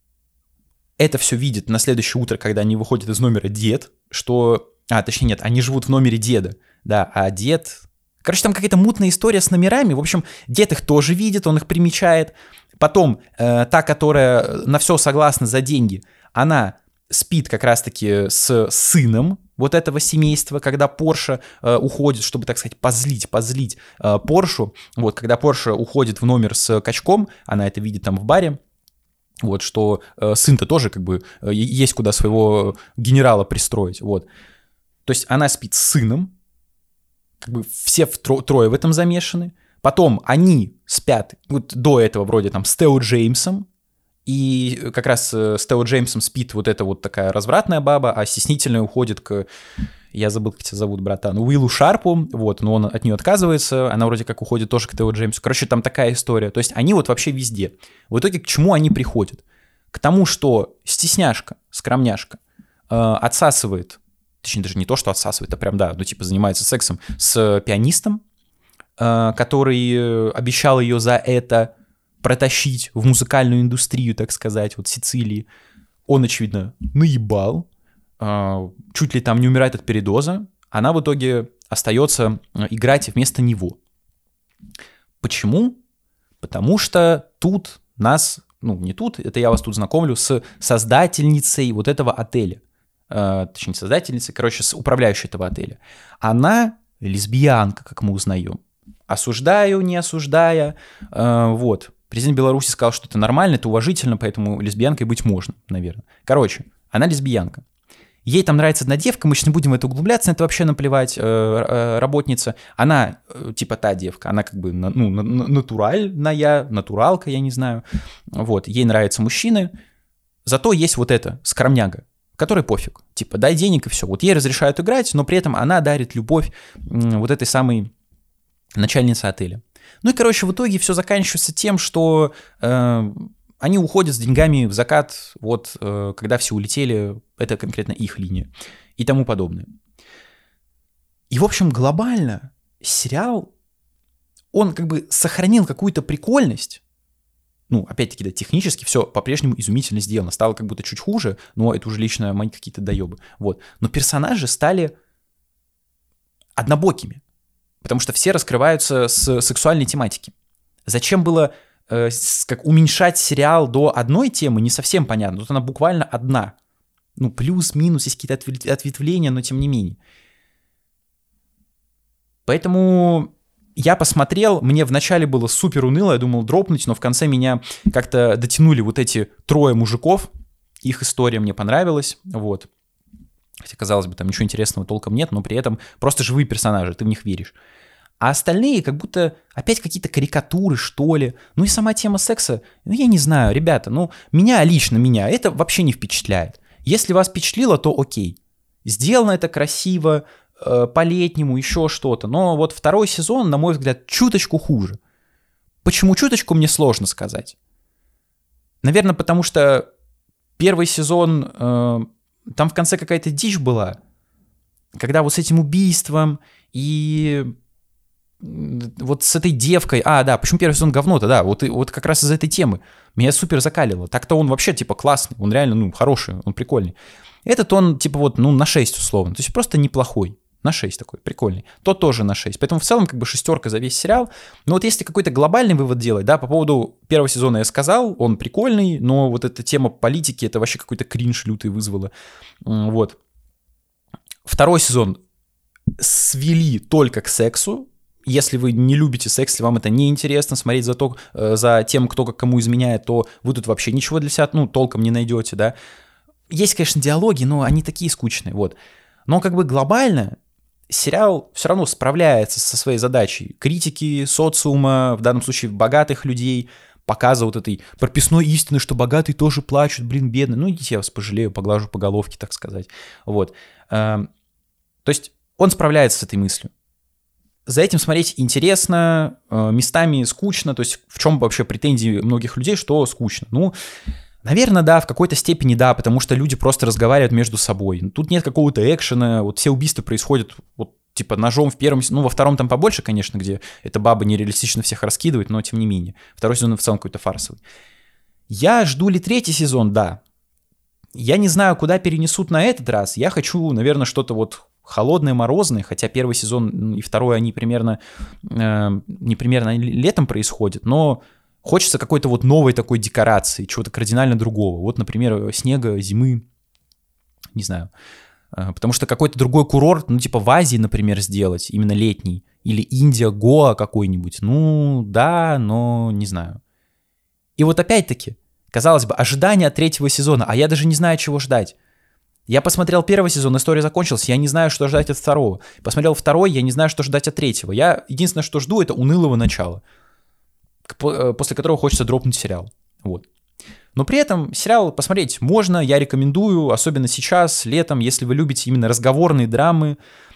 Это все видит на следующее утро, когда они выходят из номера дед, что... А, точнее, нет, они живут в номере деда, да, а дед... Короче, там какая-то мутная история с номерами. В общем, дед их тоже видит, он их примечает. Потом э, та, которая на все согласна за деньги, она спит как раз-таки с сыном вот этого семейства, когда Порша э, уходит, чтобы, так сказать, позлить, позлить э, Поршу. Вот, когда Порша уходит в номер с качком, она это видит там в баре, вот, что э, сын-то тоже как бы э, есть куда своего генерала пристроить, вот. То есть она спит с сыном, как бы все втро- трое в этом замешаны. Потом они спят, вот до этого вроде там с Тео Джеймсом, и как раз с Тео Джеймсом спит вот эта вот такая развратная баба, а стеснительная уходит к... Я забыл, как тебя зовут, братан. Уиллу Шарпу, вот, но он от нее отказывается, она вроде как уходит тоже к Тео Джеймсу. Короче, там такая история. То есть они вот вообще везде. В итоге к чему они приходят? К тому, что стесняшка, скромняшка э, отсасывает, точнее, даже не то, что отсасывает, а прям, да, ну типа занимается сексом с пианистом, э, который обещал ее за это протащить в музыкальную индустрию, так сказать, вот Сицилии. Он, очевидно, наебал, чуть ли там не умирает от передоза. Она в итоге остается играть вместо него. Почему? Потому что тут нас, ну не тут, это я вас тут знакомлю с создательницей вот этого отеля. Точнее, создательницей, короче, с управляющей этого отеля. Она лесбиянка, как мы узнаем. Осуждаю, не осуждая, вот. Президент Беларуси сказал, что это нормально, это уважительно, поэтому лесбиянкой быть можно, наверное. Короче, она лесбиянка. Ей там нравится одна девка, мы сейчас не будем в это углубляться, на это вообще наплевать, э, э, работница. Она, э, типа та девка, она как бы ну, натуральная, натуралка, я не знаю. Вот, ей нравятся мужчины, зато есть вот эта скромняга, которой пофиг. Типа, дай денег и все. Вот ей разрешают играть, но при этом она дарит любовь э, вот этой самой начальнице отеля. Ну и, короче, в итоге все заканчивается тем, что э, они уходят с деньгами в закат, вот, э, когда все улетели, это конкретно их линия и тому подобное. И, в общем, глобально сериал, он как бы сохранил какую-то прикольность. Ну, опять-таки, да, технически все по-прежнему изумительно сделано. Стало как будто чуть хуже, но это уже лично мои какие-то доебы. Вот. Но персонажи стали однобокими. Потому что все раскрываются с сексуальной тематики. Зачем было э, с, как уменьшать сериал до одной темы, не совсем понятно. Тут она буквально одна. Ну, плюс-минус, есть какие-то ответвления, но тем не менее. Поэтому я посмотрел, мне вначале было супер уныло, я думал дропнуть, но в конце меня как-то дотянули вот эти трое мужиков. Их история мне понравилась, вот. Хотя, казалось бы, там ничего интересного толком нет, но при этом просто живые персонажи, ты в них веришь. А остальные как будто опять какие-то карикатуры, что ли. Ну и сама тема секса, ну я не знаю, ребята, ну меня, лично меня, это вообще не впечатляет. Если вас впечатлило, то окей. Сделано это красиво, э, по-летнему, еще что-то. Но вот второй сезон, на мой взгляд, чуточку хуже. Почему чуточку, мне сложно сказать. Наверное, потому что первый сезон, э, там в конце какая-то дичь была, когда вот с этим убийством и вот с этой девкой, а, да, почему первый сезон говно-то, да, вот, вот как раз из-за этой темы меня супер закалило. Так-то он вообще, типа, классный, он реально, ну, хороший, он прикольный. Этот он, типа, вот, ну, на шесть условно, то есть просто неплохой. На шесть такой, прикольный. Тот тоже на шесть. Поэтому в целом как бы шестерка за весь сериал. Но вот если какой-то глобальный вывод делать, да, по поводу первого сезона я сказал, он прикольный, но вот эта тема политики, это вообще какой-то кринж лютый вызвало. Вот. Второй сезон свели только к сексу. Если вы не любите секс, если вам это не интересно смотреть за, то, за тем, кто как кому изменяет, то вы тут вообще ничего для себя, ну, толком не найдете, да. Есть, конечно, диалоги, но они такие скучные, вот. Но как бы глобально сериал все равно справляется со своей задачей критики социума, в данном случае богатых людей, показа вот этой прописной истины, что богатые тоже плачут, блин, бедные. Ну, идите, я вас пожалею, поглажу по головке, так сказать. Вот. То есть он справляется с этой мыслью. За этим смотреть интересно, местами скучно. То есть в чем вообще претензии многих людей, что скучно? Ну, наверное, да, в какой-то степени да, потому что люди просто разговаривают между собой. Тут нет какого-то экшена, вот все убийства происходят вот типа ножом в первом, ну, во втором там побольше, конечно, где эта баба нереалистично всех раскидывает, но тем не менее. Второй сезон в целом какой-то фарсовый. Я жду ли третий сезон? Да. Я не знаю, куда перенесут на этот раз. Я хочу, наверное, что-то вот холодное, морозное, хотя первый сезон и второй, они примерно, э, не примерно, они летом происходят, но хочется какой-то вот новой такой декорации, чего-то кардинально другого. Вот, например, снега, зимы, не знаю. Потому что какой-то другой курорт, ну, типа в Азии, например, сделать, именно летний, или Индия, Гоа какой-нибудь, ну, да, но не знаю. И вот опять-таки, казалось бы, ожидание от третьего сезона, а я даже не знаю, чего ждать. Я посмотрел первый сезон, история закончилась, я не знаю, что ждать от второго. Посмотрел второй, я не знаю, что ждать от третьего. Я единственное, что жду, это унылого начала, после которого хочется дропнуть сериал. Вот. Но при этом сериал посмотреть можно, я рекомендую, особенно сейчас, летом, если вы любите именно разговорные драмы.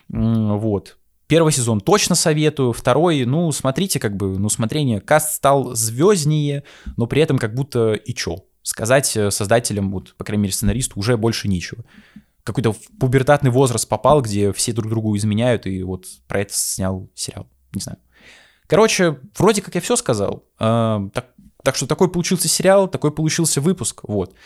Вот. Первый сезон точно советую, второй, ну, смотрите, как бы, ну, смотрение, каст стал звезднее, но при этом как будто и чё. Сказать создателям, вот, по крайней мере, сценаристу уже больше нечего. Какой-то в пубертатный возраст попал, где все друг другу изменяют, и вот про это снял сериал, не знаю. Короче, вроде как я все сказал. Э, так, так что такой получился сериал, такой получился выпуск, вот.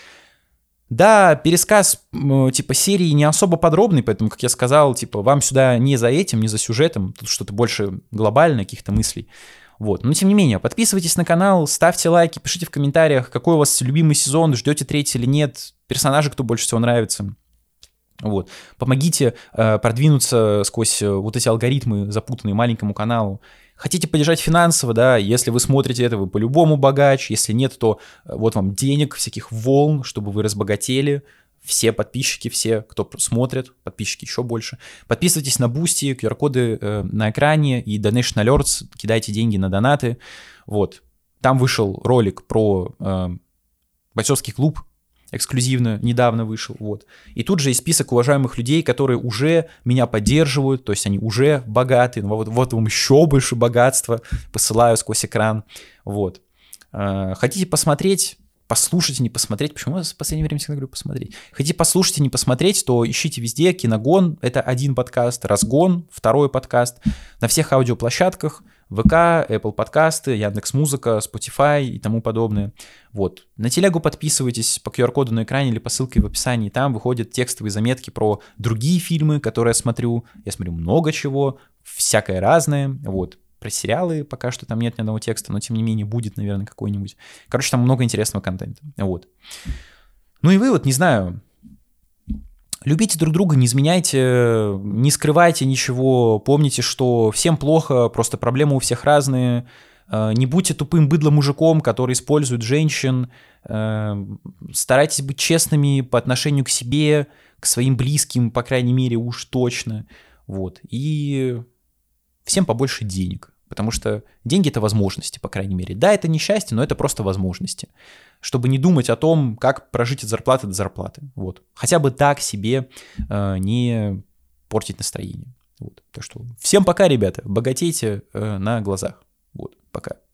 Да, пересказ э, типа серии не особо подробный, поэтому, как я сказал, типа вам сюда не за этим, не за сюжетом, тут что-то больше глобальное, каких-то мыслей. Вот. Но тем не менее, подписывайтесь на канал, ставьте лайки, пишите в комментариях, какой у вас любимый сезон, ждете третий или нет, персонажи, кто больше всего нравится. Вот. Помогите э, продвинуться сквозь э, вот эти алгоритмы запутанные маленькому каналу. Хотите поддержать финансово, да, если вы смотрите это, вы по-любому богач, если нет, то э, вот вам денег, всяких волн, чтобы вы разбогатели. Все подписчики, все, кто смотрит, подписчики еще больше. Подписывайтесь на Boosty, ку ар-коды э, на экране и Donation Alerts, кидайте деньги на донаты. Вот. Там вышел ролик про э, бойцовский клуб, эксклюзивно, недавно вышел, вот. И тут же есть список уважаемых людей, которые уже меня поддерживают, то есть они уже богатые, ну, вот, вот вам еще больше богатства, посылаю сквозь экран, вот. Э, хотите посмотреть, послушать, не посмотреть, почему я в последнее время всегда говорю посмотреть, хотите послушать и не посмотреть, то ищите везде, Киногон, это один подкаст, Разгон, второй подкаст, на всех аудиоплощадках, ВК, Apple подкасты, Яндекс.Музыка, Spotify и тому подобное. Вот. На телегу подписывайтесь по ку ар-коду на экране или по ссылке в описании. Там выходят текстовые заметки про другие фильмы, которые я смотрю. Я смотрю много чего, всякое разное. Вот. Про сериалы пока что там нет ни одного текста, но тем не менее будет, наверное, какой-нибудь. Короче, там много интересного контента. Вот. Ну и вы вот, не знаю... Любите друг друга, не изменяйте, не скрывайте ничего, помните, что всем плохо, просто проблемы у всех разные. Не будьте тупым быдлом-мужиком, который использует женщин. Старайтесь быть честными по отношению к себе, к своим близким, по крайней мере, уж точно. Вот. И всем побольше денег. Потому что деньги — это возможности, по крайней мере. Да, это не счастье, но это просто возможности. Чтобы не думать о том, как прожить от зарплаты до зарплаты. Вот. Хотя бы так себе э, не портить настроение. Вот. Так что всем пока, ребята. Богатейте э, на глазах. Вот. Пока.